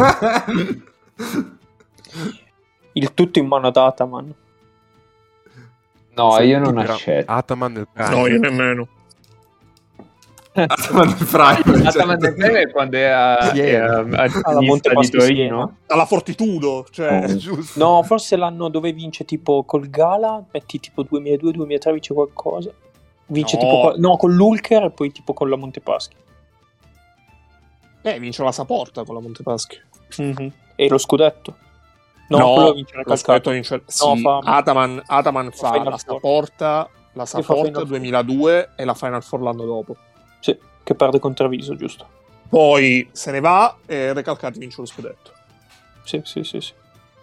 Il tutto in mano ad Ataman. No, Senti, io non però, accetto. Ataman nel prime. No, io nemmeno. Ataman nel prime. Ataman nel prime è quando era, era a Alla Monte di Paschi Torino. Alla Fortitudo, cioè, Oh. giusto. No, forse l'anno dove vince tipo col Gala, metti tipo duemiladue duemilatré vince qualcosa. Vince No. tipo qua- no, con l'Ulker e poi tipo con la Montepaschi. Eh, vince la Saporta con la Montepaschi. Mhm. E lo scudetto? No, No, quello vince lo Recalcato. scudetto vince... Sì, fa- Ataman, Ataman fa Final la Four. Saporta, la fa Saporta Final Four. duemiladue e la Final Four l'anno dopo. Sì, che perde con Treviso, giusto? Poi se ne va e Recalcati vince lo scudetto. Sì, sì, sì, sì.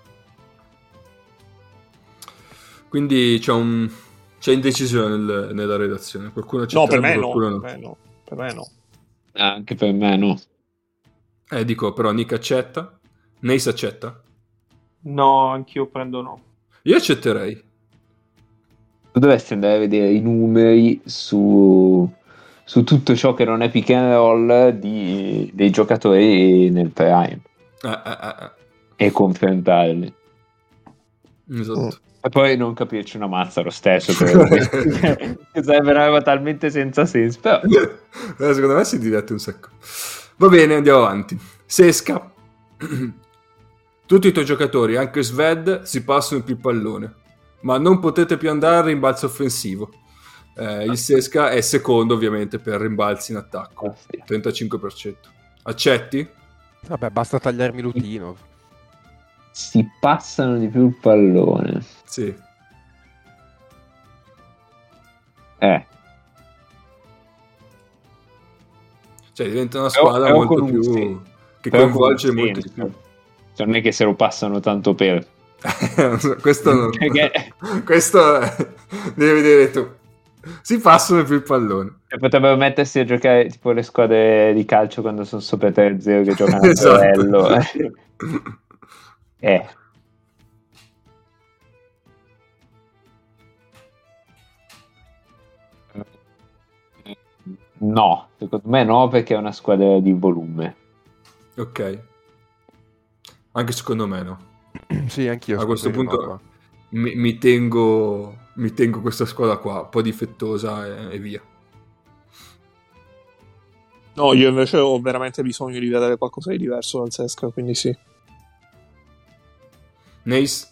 Quindi c'è un c'è indecisione nel- nella redazione. Qualcuno No, per accetterebbe, me no, qualcuno no. per me no. Per me no. Anche per me no. Eh, dico, però Nick accetta. Nace accetta. No, anch'io prendo no. Io accetterei. Tu dovresti andare a vedere i numeri su, su tutto ciò che non è pick and roll di, dei giocatori nel prime Eh, eh, eh, e confrontarli. eh. Esatto. E poi non capirci una mazza lo stesso, però, che sarebbe una roba talmente senza senso. Però Eh, secondo me si diverte un sacco. Va bene, andiamo avanti. Sesca. Tutti i tuoi giocatori, anche Sved, si passano più il pallone, ma non potete più andare al rimbalzo offensivo. Eh, il Sesca è secondo ovviamente per rimbalzi in attacco, Ah, sì. trentacinque per cento. Accetti? Vabbè, basta tagliarmi Lutino. Si passano di più il pallone. Sì. Eh. Cioè diventa una Però- squadra però molto con un più... senso. che Però coinvolge con un molto di senso. più. Cioè, non è che se lo passano tanto per... questo non... Perché- questo è... devi vedere tu. Si passano più il pallone. Cioè, potrebbero mettersi a giocare tipo le squadre di calcio quando sono sopra tre a zero che giocano a Esatto. duello. Eh. No, secondo me no, perché è una squadra di volume. Ok. Anche secondo me no. Sì, anch'io. A questo scrivo punto no qua. mi, mi tengo mi tengo questa squadra qua, un po' difettosa e, e via. No, io invece ho veramente bisogno di vedere qualcosa di diverso dal Sesca, quindi sì. Nace?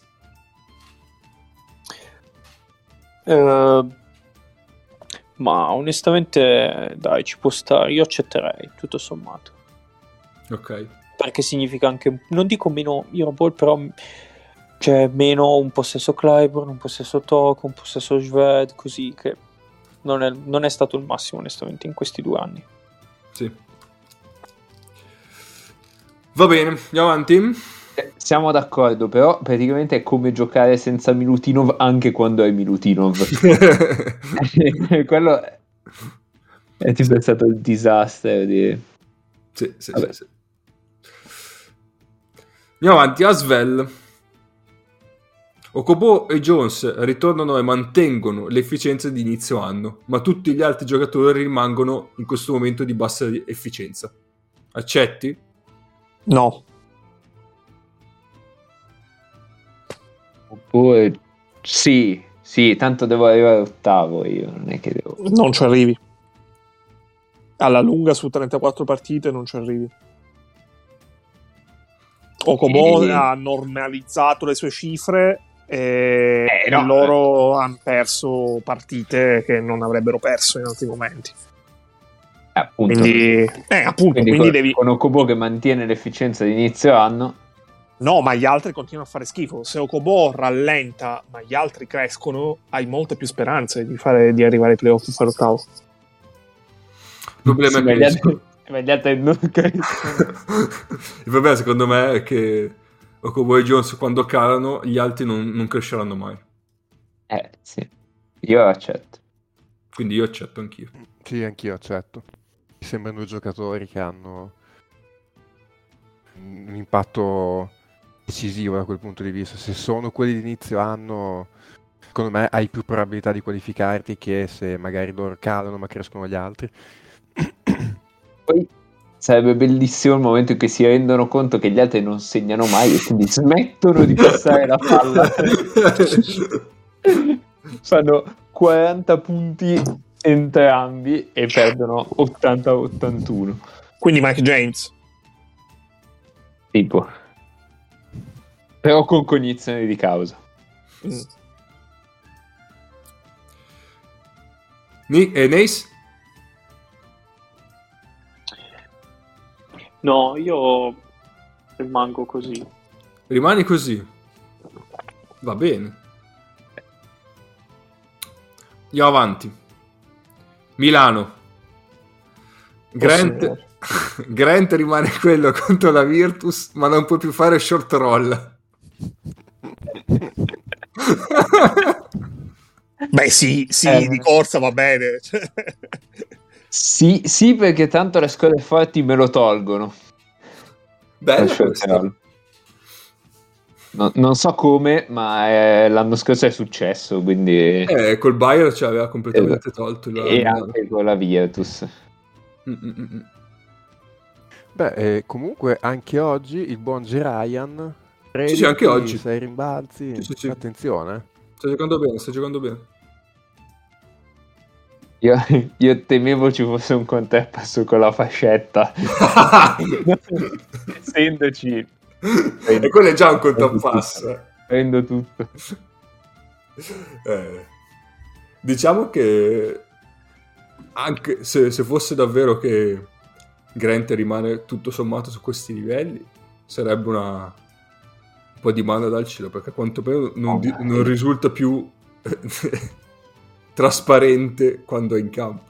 Eh, ma onestamente, dai, ci può stare. Io accetterei, tutto sommato. Ok. Perché significa anche, non dico meno Euroball, però c'è meno un possesso Clyburn, un possesso Toko, un possesso Sved, così che non è, non è stato il massimo onestamente in questi due anni. Sì. Va bene, andiamo avanti. Eh, Siamo d'accordo, però praticamente è come giocare senza Milutinov anche quando hai Milutinov. Quello è, è tipo è stato il disastro di... Sì, sì, Vabbè. sì, sì. Andiamo avanti, Asvel. Okobo e Jones ritornano e mantengono l'efficienza di inizio anno, ma tutti gli altri giocatori rimangono in questo momento di bassa efficienza. Accetti? No. Oppure sì, sì, tanto devo arrivare all'ottavo io, non è che devo... Non ci arrivi. Alla lunga su trentaquattro partite non ci arrivi. Okobo E- ha normalizzato le sue cifre e, Eh, e no. loro hanno perso partite che non avrebbero perso in altri momenti. Appunto. Quindi, eh, appunto, Quindi quindi con, devi... con Okobo che mantiene l'efficienza di inizio anno, No, ma gli altri continuano a fare schifo. Se Okobo rallenta, ma gli altri crescono, hai molte più speranze di, fare, di arrivare ai playoff e fare ottavo. Il problema sì, è ma che gli altri, ma gli altri non crescono. il problema secondo me è che Okobo e Jones quando calano gli altri non, non cresceranno mai. Eh, sì. Io accetto. Quindi io accetto anch'io. Sì, anch'io accetto. Mi sembrano due giocatori che hanno un impatto decisivo da quel punto di vista. Se sono quelli di inizio anno, secondo me hai più probabilità di qualificarti che se magari loro calano ma crescono gli altri. Poi sarebbe bellissimo il momento in cui si rendono conto che gli altri non segnano mai e quindi smettono di passare la palla. Fanno quaranta punti entrambi e perdono ottanta ottantuno. Quindi Mike James. Tipo. Però con cognizione di causa. Mm. Ni- e Nace? No, io rimango così. Rimani così. Va bene. Andiamo avanti. Milano. Grant, Oh, Grant rimane quello contro la Virtus, ma non può più fare short roll. Beh, sì, sì, Eh. di corsa va bene. Sì, sì, perché tanto le squadre forti me lo tolgono. Bello Lascio questo. il No- non so come, ma eh, l'anno scorso è successo, quindi... Eh, col Bayern ci aveva completamente tolto il E anche con la Virtus. Mm-mm-mm. Beh, eh, comunque anche oggi il buon G. Ryan, Sì, sì, anche oggi. sei rimbalzi, Sì, sì, sì. attenzione. Sta giocando bene, sta giocando bene. Io, io temevo ci fosse un contrappasso con la fascetta. Essendoci... E quello è già un contrappasso. Prendo tutto. Eh, diciamo che anche se, se fosse davvero che Grant rimane tutto sommato su questi livelli, sarebbe una un po' di mano dal cielo, perché a quanto meno non, Oh, di- dai. non risulta più trasparente quando è in campo.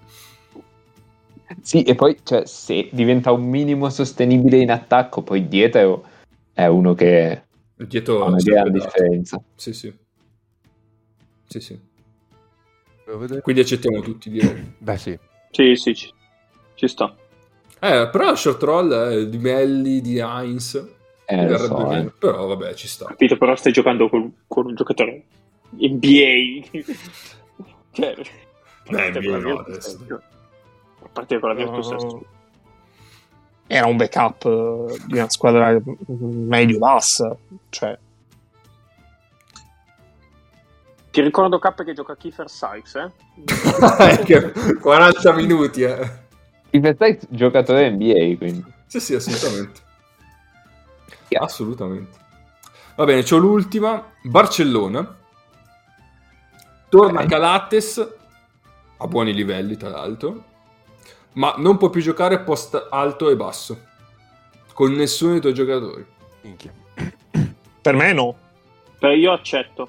Sì, e poi cioè, se diventa un minimo sostenibile in attacco, poi dietro è uno che Dietro fa una sarebbe grande dato. differenza. Sì, sì. Sì, sì. Devo vedere. Quindi accettiamo tutti, direi. Beh sì, Sì, sì, ci, ci sta. Eh, però la short roll è di Melli, di Heinz. Eh, mi lo verrebbe so, bene. eh. Però vabbè, ci sta. Capito, però stai giocando con, con un giocatore N B A. Cioè, Beh, partite con la N B A no, Virtus, adesso. a partire con la Virtus è No. Era un backup eh, di una squadra medio-bassa. Cioè, Ti ricordo K che gioca Kiefer Sykes, eh? Che quaranta minuti, eh. Il Vertex giocatore N B A, quindi. Sì, sì, assolutamente. Assolutamente. Va bene, c'ho l'ultima. Barcellona. Torna Ok. Calates a buoni livelli, tra l'altro, ma non può più giocare post alto e basso con nessuno dei tuoi giocatori. minchia. per me no. Però io accetto.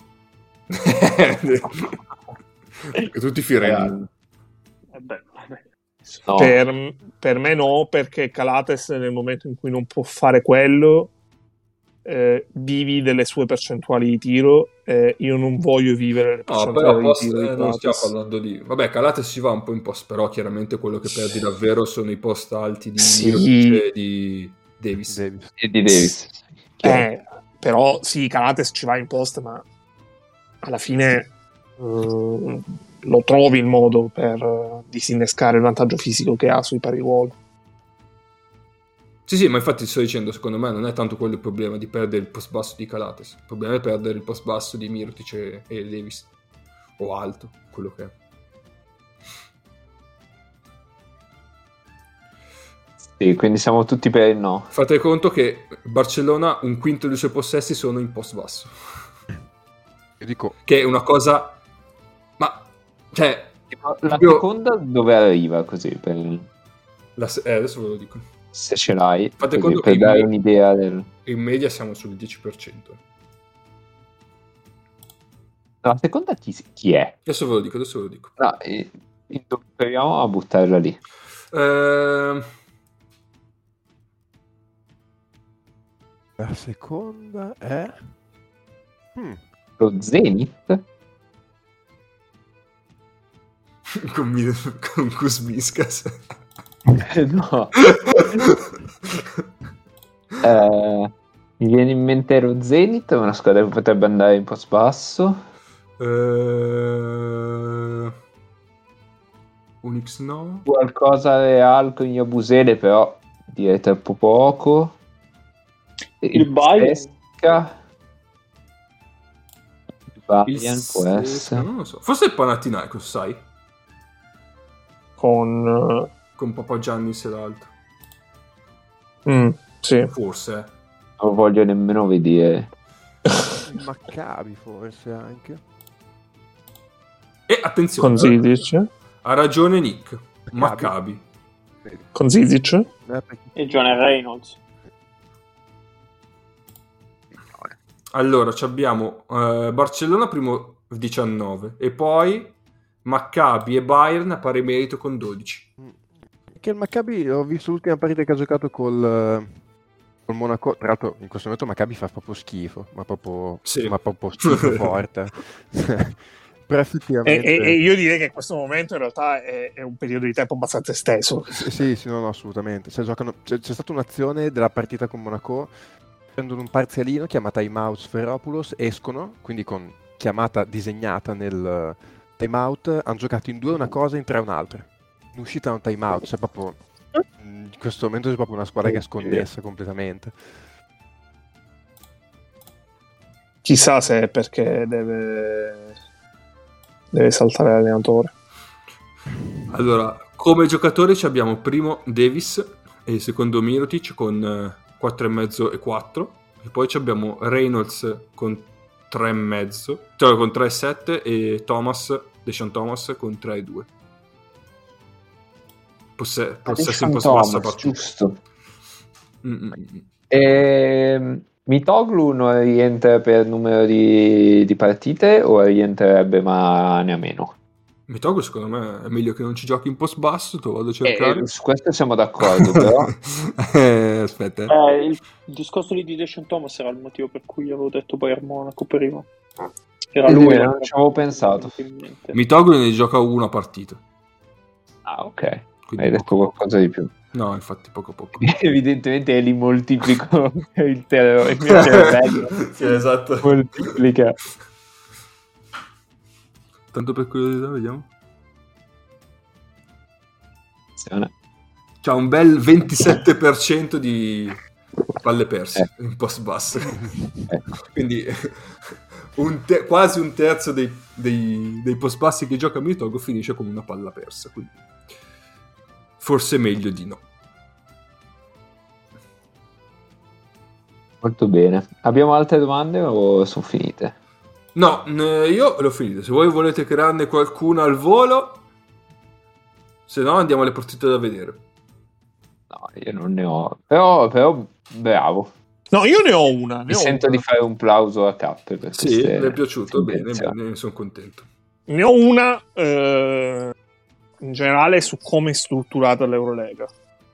Che tutti fireni. Eh beh, vabbè. No. Per, per me no, perché Calates nel momento in cui non può fare quello, eh, vivi delle sue percentuali di tiro. Eh, io non voglio vivere le No, percentuali però di post, tiro di eh, non stiamo Calates. parlando di... Vabbè, Calates si va un po' in post, però chiaramente quello che perdi davvero sono i post alti di Sì. Mirotic e di Davis. Davis. E di Davis. Eh, però sì, Calates ci va in post, ma alla fine mm, lo trovi il modo per eh, disinnescare il vantaggio fisico che ha sui pari ruolo. Sì, sì, ma infatti ti sto dicendo, secondo me non è tanto quello il problema di perdere il post basso di Calates. Il problema è perdere il post basso di Mirotic e, e Davis. O alto, quello che è. Sì, quindi siamo tutti per il no. Fate conto che Barcellona un quinto dei suoi possessi sono in post basso. Io dico, Che è una cosa... Ma... Cioè... La io- seconda dove arriva così? Per... la se- eh, adesso ve lo dico. Se ce l'hai, Fate così, conto per che dare in- un'idea del... In media siamo sul dieci per cento. La seconda chi, chi è? Adesso ve lo dico, adesso ve lo dico. No, eh, proviamo a buttarla lì. Ehm... la seconda è... Hmm, Lo Zenith? con, Mil- con Kuzmiskas. No. Eh, mi viene in mente lo Zenith, una squadra che potrebbe andare in post basso. Uh, Unix no. Qualcosa Real con Yabusele, però direi troppo poco. Il Bayern? Pesca. Il Bayern Il può Sesca, essere. non lo so. Forse il Panathinaikos, sai? Con... Con Papagiannis e l'altro. Uh, mm, sì. Forse. Non lo voglio nemmeno vedere. Il Maccabi forse anche. E attenzione, Con Zizic. ha ragione Nick. Maccabi. Con Zizic. Eh, perché- E John Reynolds. Allora, ci abbiamo eh, Barcellona primo diciannove e poi Maccabi e Bayern a pari merito con dodici. Che il Maccabi, ho visto l'ultima partita che ha giocato col, eh, col Monaco. Tra l'altro, in questo momento Maccabi fa proprio schifo, ma proprio, Sì. ma proprio schifo forte. Però E, effettivamente, e- e io direi che questo momento in realtà è, è un periodo di tempo abbastanza esteso. sì, sì, sì, no, no, assolutamente. Se giocano, c'è, c'è stata un'azione della partita con Monaco, prendono un parzialino, chiama timeout Sferopoulos, escono, quindi con chiamata disegnata nel timeout, hanno giocato in due una cosa, in tre un'altra. In uscita un timeout, cioè proprio in questo momento c'è proprio una squadra che è sconnessa completamente. Chissà se è perché deve, deve saltare l'allenatore. Allora, come giocatori ci abbiamo primo Davis e secondo Mirotic con eh, quattro e mezzo e quattro, e poi ci abbiamo Reynolds con tre e mezzo, cioè con tre e sette, e Thomas, Deshaun Thomas con tre e due. Posse- possesso in post bassa partita. Giusto. Mm-mm. E Mitoglu non rientra per numero di, di partite o rientrerebbe ma ne ha meno? Mitogo secondo me è meglio che non ci giochi in post basso, te lo vado a cercare. Eh, su questo siamo d'accordo, però eh, aspetta. Eh, il, il discorso lì di Deshaun Thomas era il motivo per cui avevo detto Bayern Monaco prima. Era Eh, lui, non ci avevo pensato. Mitogo ne gioca una partita. Ah, ok. Quindi Hai detto poco, qualcosa di più. No, infatti poco poco. Evidentemente li moltiplico il, ter- il mio cervello. Sì, esatto. Moltiplica. Tanto per curiosità, vediamo. C'ha un bel ventisette per cento di palle perse eh. in post basso. Eh. Quindi un te- quasi un terzo dei, dei, dei post bassi che gioca Mitogo finisce con una palla persa. Quindi forse meglio di no. Molto bene. Abbiamo altre domande o sono finite? No, n- io l'ho finito. Se voi volete crearne qualcuna al volo, se no andiamo alle partite da vedere. No, io non ne ho. Però, però bravo. No, io ne ho una. Ne Mi ho sento una. di fare un plauso a K. Per Sì, queste mi è piaciuto, bene, tendenze. bene, sono contento. Ne ho una eh, in generale su come è strutturata l'Eurolega.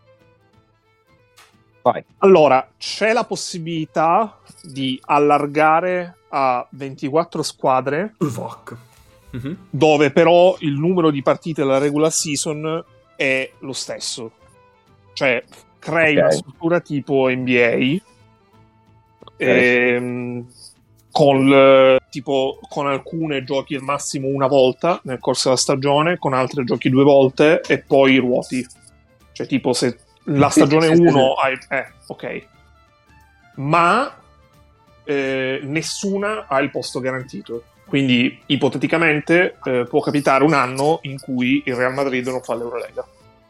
Vai. Allora, c'è la possibilità di allargare a ventiquattro squadre, Voc. Mhm. dove però il numero di partite della regular season è lo stesso. Cioè, crei Ok. una struttura tipo N B A, ehm, con, il- tipo, con alcune giochi al massimo una volta nel corso della stagione, con altre giochi due volte e poi ruoti. Cioè, tipo, se la Sì, stagione sì, sì, uno hai... Eh, ok. Ma eh, nessuna ha il posto garantito. Quindi, ipoteticamente, eh, può capitare un anno in cui il Real Madrid non fa l'Eurolega.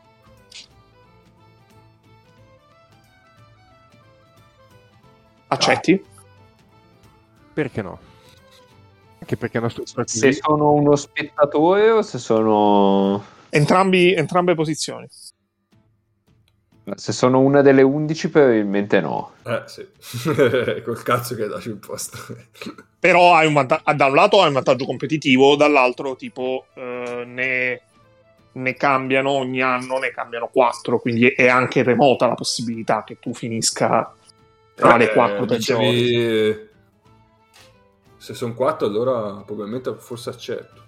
Accetti? Perché no? Anche perché è una struttura Se così. sono uno spettatore o se sono... Entrambi, entrambe posizioni. Se sono una delle undici probabilmente no. Eh, sì. Col cazzo che dai un posto. Però hai un vanta- da un lato hai un vantaggio competitivo, dall'altro tipo eh, ne, ne cambiano ogni anno, ne cambiano quattro, quindi è anche remota la possibilità che tu finisca tra le Eh, quattro peggiori. dicevi... se sono quattro allora probabilmente forse accetto.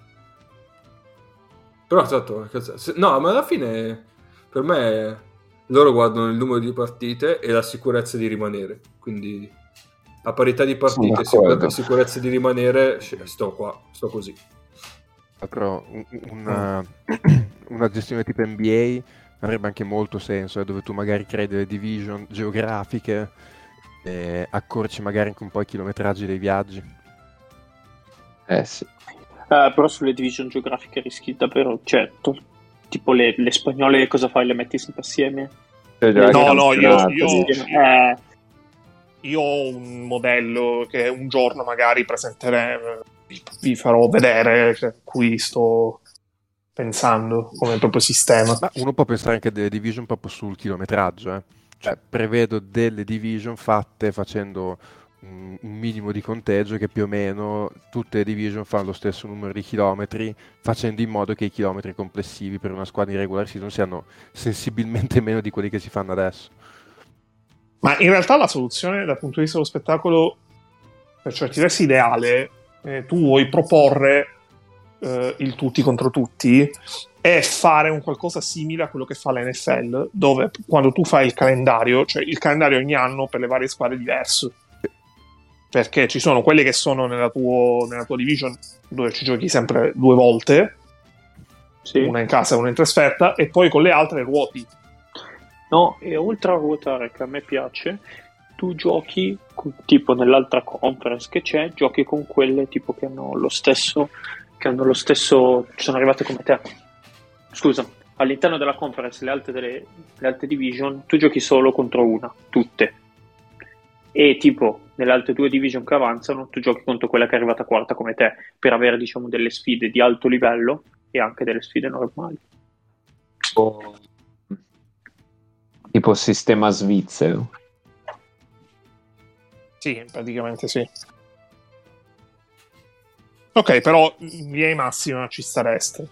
Però tanto, se, no, ma alla fine per me loro guardano il numero di partite e la sicurezza di rimanere, quindi a parità di partite e sicur- sicurezza di rimanere sto qua, sto così. Però una, una gestione tipo N B A avrebbe anche molto senso, eh, dove tu magari crei delle division geografiche e accorci magari anche un po' i chilometraggi dei viaggi. Eh sì. Uh, però sulle division geografiche rischi davvero, cioè, to- tipo le, le spagnole cosa fai? Le metti sempre assieme? No, no, io, io, eh. io ho un modello che un giorno magari presenteremo, vi, vi farò vedere, a cui sto pensando come proprio sistema. Ma uno può pensare anche delle division proprio sul chilometraggio, eh. Cioè, prevedo delle division fatte facendo un, un minimo di conteggio che più o meno tutte le division fanno lo stesso numero di chilometri, facendo in modo che i chilometri complessivi per una squadra in regular season siano sensibilmente meno di quelli che si fanno adesso. Ma in realtà la soluzione dal punto di vista dello spettacolo per certi versi ideale, eh, tu vuoi proporre eh, il tutti contro tutti e fare un qualcosa simile a quello che fa l'N F L, dove quando tu fai il calendario, cioè il calendario ogni anno per le varie squadre è diverso, perché ci sono quelle che sono nella, tuo, nella tua division dove ci giochi sempre due volte, sì, una in casa e una in trasferta, e poi con le altre ruoti. No, e oltre a ruotare, che a me piace, tu giochi tipo nell'altra conference che c'è, giochi con quelle tipo che hanno lo stesso, che hanno lo stesso, ci sono arrivate come te. Scusa, all'interno della conference, le altre, delle, le altre division, tu giochi solo contro una, tutte. E tipo, nelle altre due division che avanzano, tu giochi contro quella che è arrivata quarta come te, per avere, diciamo, delle sfide di alto livello e anche delle sfide normali. Oh. Tipo sistema svizzero. Sì, praticamente sì. Ok, però in linea massima ci stareste.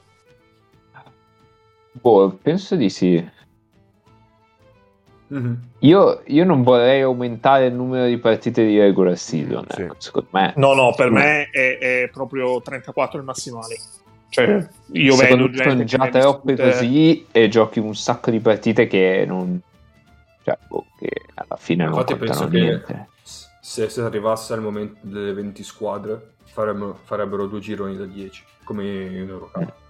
Boh, penso di sì. Mm-hmm. Io, io non vorrei aumentare il numero di partite di regular season, sì. Ecco, secondo me. No, no, per no. me è, è proprio trentaquattro il massimale. Cioè, io secondo vedo me sono già troppe discute... così e giochi un sacco di partite che non... Cioè, boh, che alla fine non Infatti contano penso niente. Che se, se arrivasse al momento delle venti squadre farebbero, farebbero due gironi da dieci, come in Eurocup. Mm.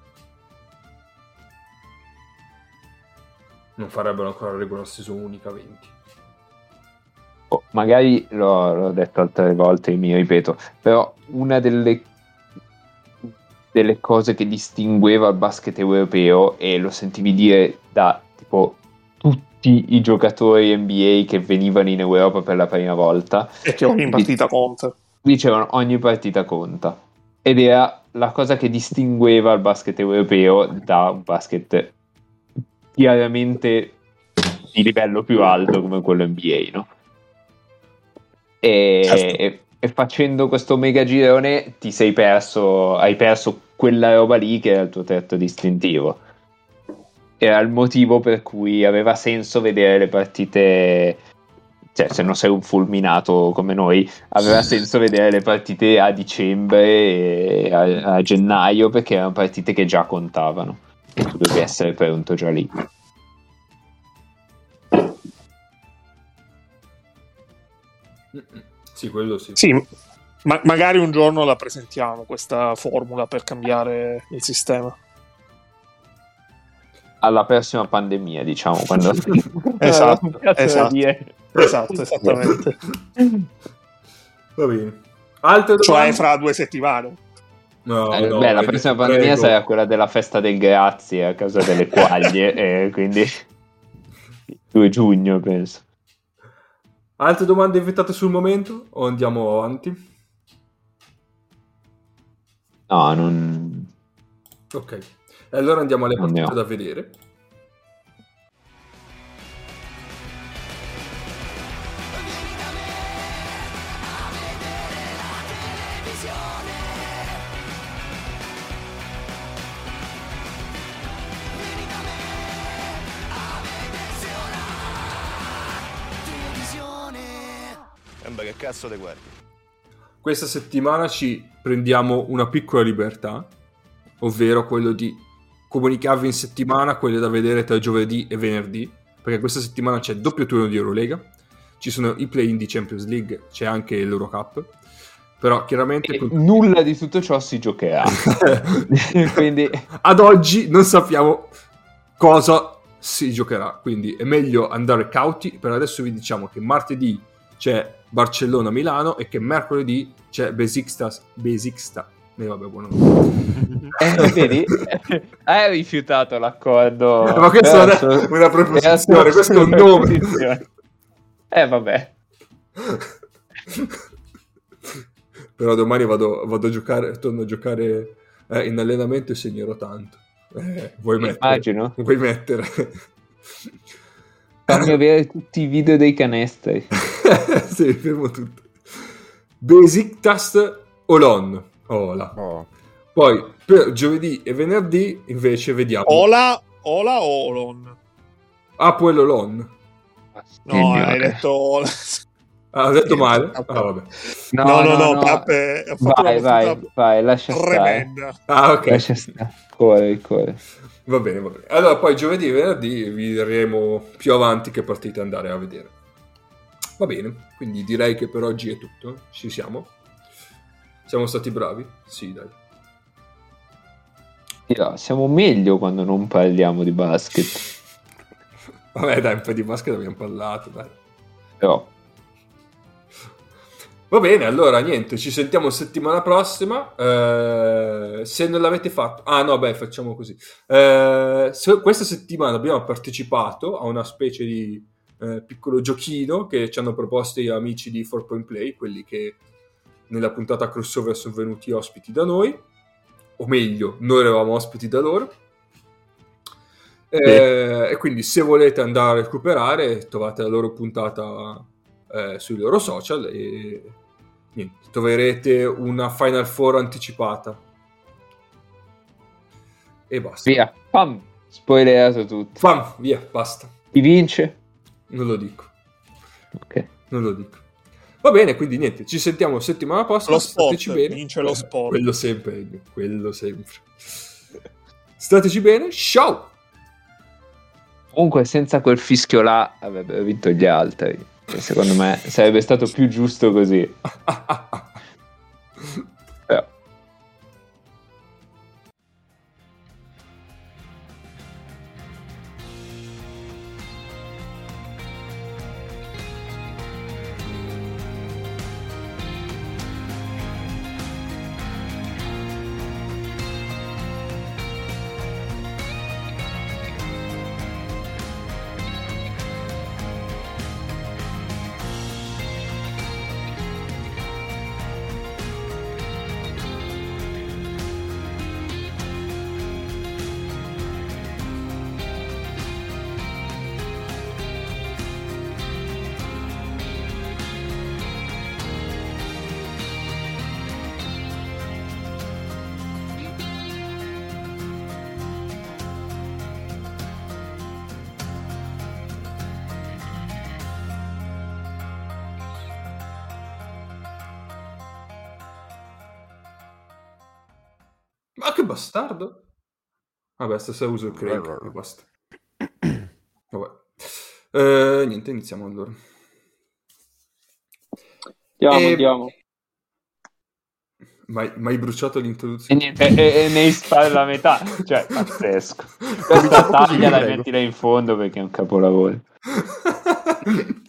Non farebbero ancora la regular season unica venti. Oh, magari l'ho, l'ho detto altre volte, mi ripeto, però una delle delle cose che distingueva il basket europeo, e lo sentivi dire da tipo tutti i giocatori N B A che venivano in Europa per la prima volta, e che ogni partita conta, dicevano ogni partita conta, ed era la cosa che distingueva il basket europeo da un basket chiaramente di livello più alto come quello N B A, no? E, certo. e, e facendo questo mega girone ti sei perso, hai perso quella roba lì che era il tuo tratto distintivo. Era il motivo per cui aveva senso vedere le partite, cioè se non sei un fulminato come noi, aveva senso vedere le partite a dicembre e a, a gennaio, perché erano partite che già contavano e tu dovevi essere pronto già lì. Sì, quello sì. Sì, ma- magari un giorno la presentiamo questa formula per cambiare il sistema. Alla prossima pandemia, diciamo, quando esatto, esatto, esatto, esattamente. Va bene. Altre domande? Cioè fra due settimane. No, eh, no, beh, la prossima pandemia prego. sarà quella della festa del grazie a causa delle quaglie, e quindi due giugno penso. Altre domande inventate sul momento o andiamo avanti? No, non... Ok, e allora andiamo alle partite da vedere. Che cazzo te guardi? questa settimana ci prendiamo una piccola libertà, ovvero quello di comunicarvi in settimana quelle da vedere tra giovedì e venerdì, perché questa settimana c'è doppio turno di Eurolega, ci sono i play-in di Champions League, c'è anche l'Eurocup, però chiaramente con... nulla di tutto ciò si giocherà. Quindi ad oggi non sappiamo cosa si giocherà, quindi è meglio andare cauti. Per adesso vi diciamo che martedì c'è Barcellona-Milano e che mercoledì c'è Besiktas Besiktas eh, vabbè, buono. Eh, vedi? Hai rifiutato l'accordo. Ma questa non è una proposizione, questo è un nome. Eh vabbè. Però domani vado, vado a giocare, torno a giocare eh, in allenamento e segnerò tanto. Eh, vuoi mettere? Immagino. Vuoi mettere? Fammi avere tutti i video dei canestri. Sì, fermo tutto. Besiktas Olon. Ola. Oh. Poi per giovedì e venerdì invece vediamo. Ola, Ola o Olon? Ah, poi l'Olon. No, hai detto Ola. Ah, ho detto male? Ah, vabbè. No, no, no, no, no, Pappe, ho fatto vai, una vai, vai, lascia tremenda. stare. Ah, ok. Lascia stare. Corre, corre. Va bene, va bene. Allora, poi giovedì e venerdì vi diremo più avanti che partite andare a vedere. Va bene, quindi direi che per oggi è tutto. Ci siamo? Siamo stati bravi? Sì, dai. Yeah, siamo meglio quando non parliamo di basket. Vabbè, dai, un po' di basket abbiamo parlato, dai. Però. Va bene, allora niente, ci sentiamo settimana prossima. Eh, se non l'avete fatto, ah no, beh, facciamo così. Eh, se, questa settimana abbiamo partecipato a una specie di eh, piccolo giochino che ci hanno proposto gli amici di four point play, quelli che nella puntata crossover sono venuti ospiti da noi, o meglio, noi eravamo ospiti da loro. Eh, e quindi se volete andare a recuperare, trovate la loro puntata eh, sui loro social e niente, troverete una Final Four anticipata e basta. Via, pam, spoilerato tutto. Pam, via, basta. Chi vince? Non lo dico. Ok. Non lo dico. Va bene, quindi niente, ci sentiamo settimana prossima. Lo spot, stateci bene. vince lo spot. Eh, quello sempre, quello sempre. Stateci bene, ciao! Comunque senza quel fischio là avrebbero vinto gli altri. E secondo me sarebbe stato più giusto così. Però. Ma che bastardo! Vabbè, stasera uso il Craig e basta. Vabbè. Eh, niente, iniziamo allora. Andiamo, e... andiamo. Ma hai bruciato E l'introduzione? niente, e, e ne spari la metà. Cioè, pazzesco. Questa taglia la mettila in fondo perché è un capolavoro.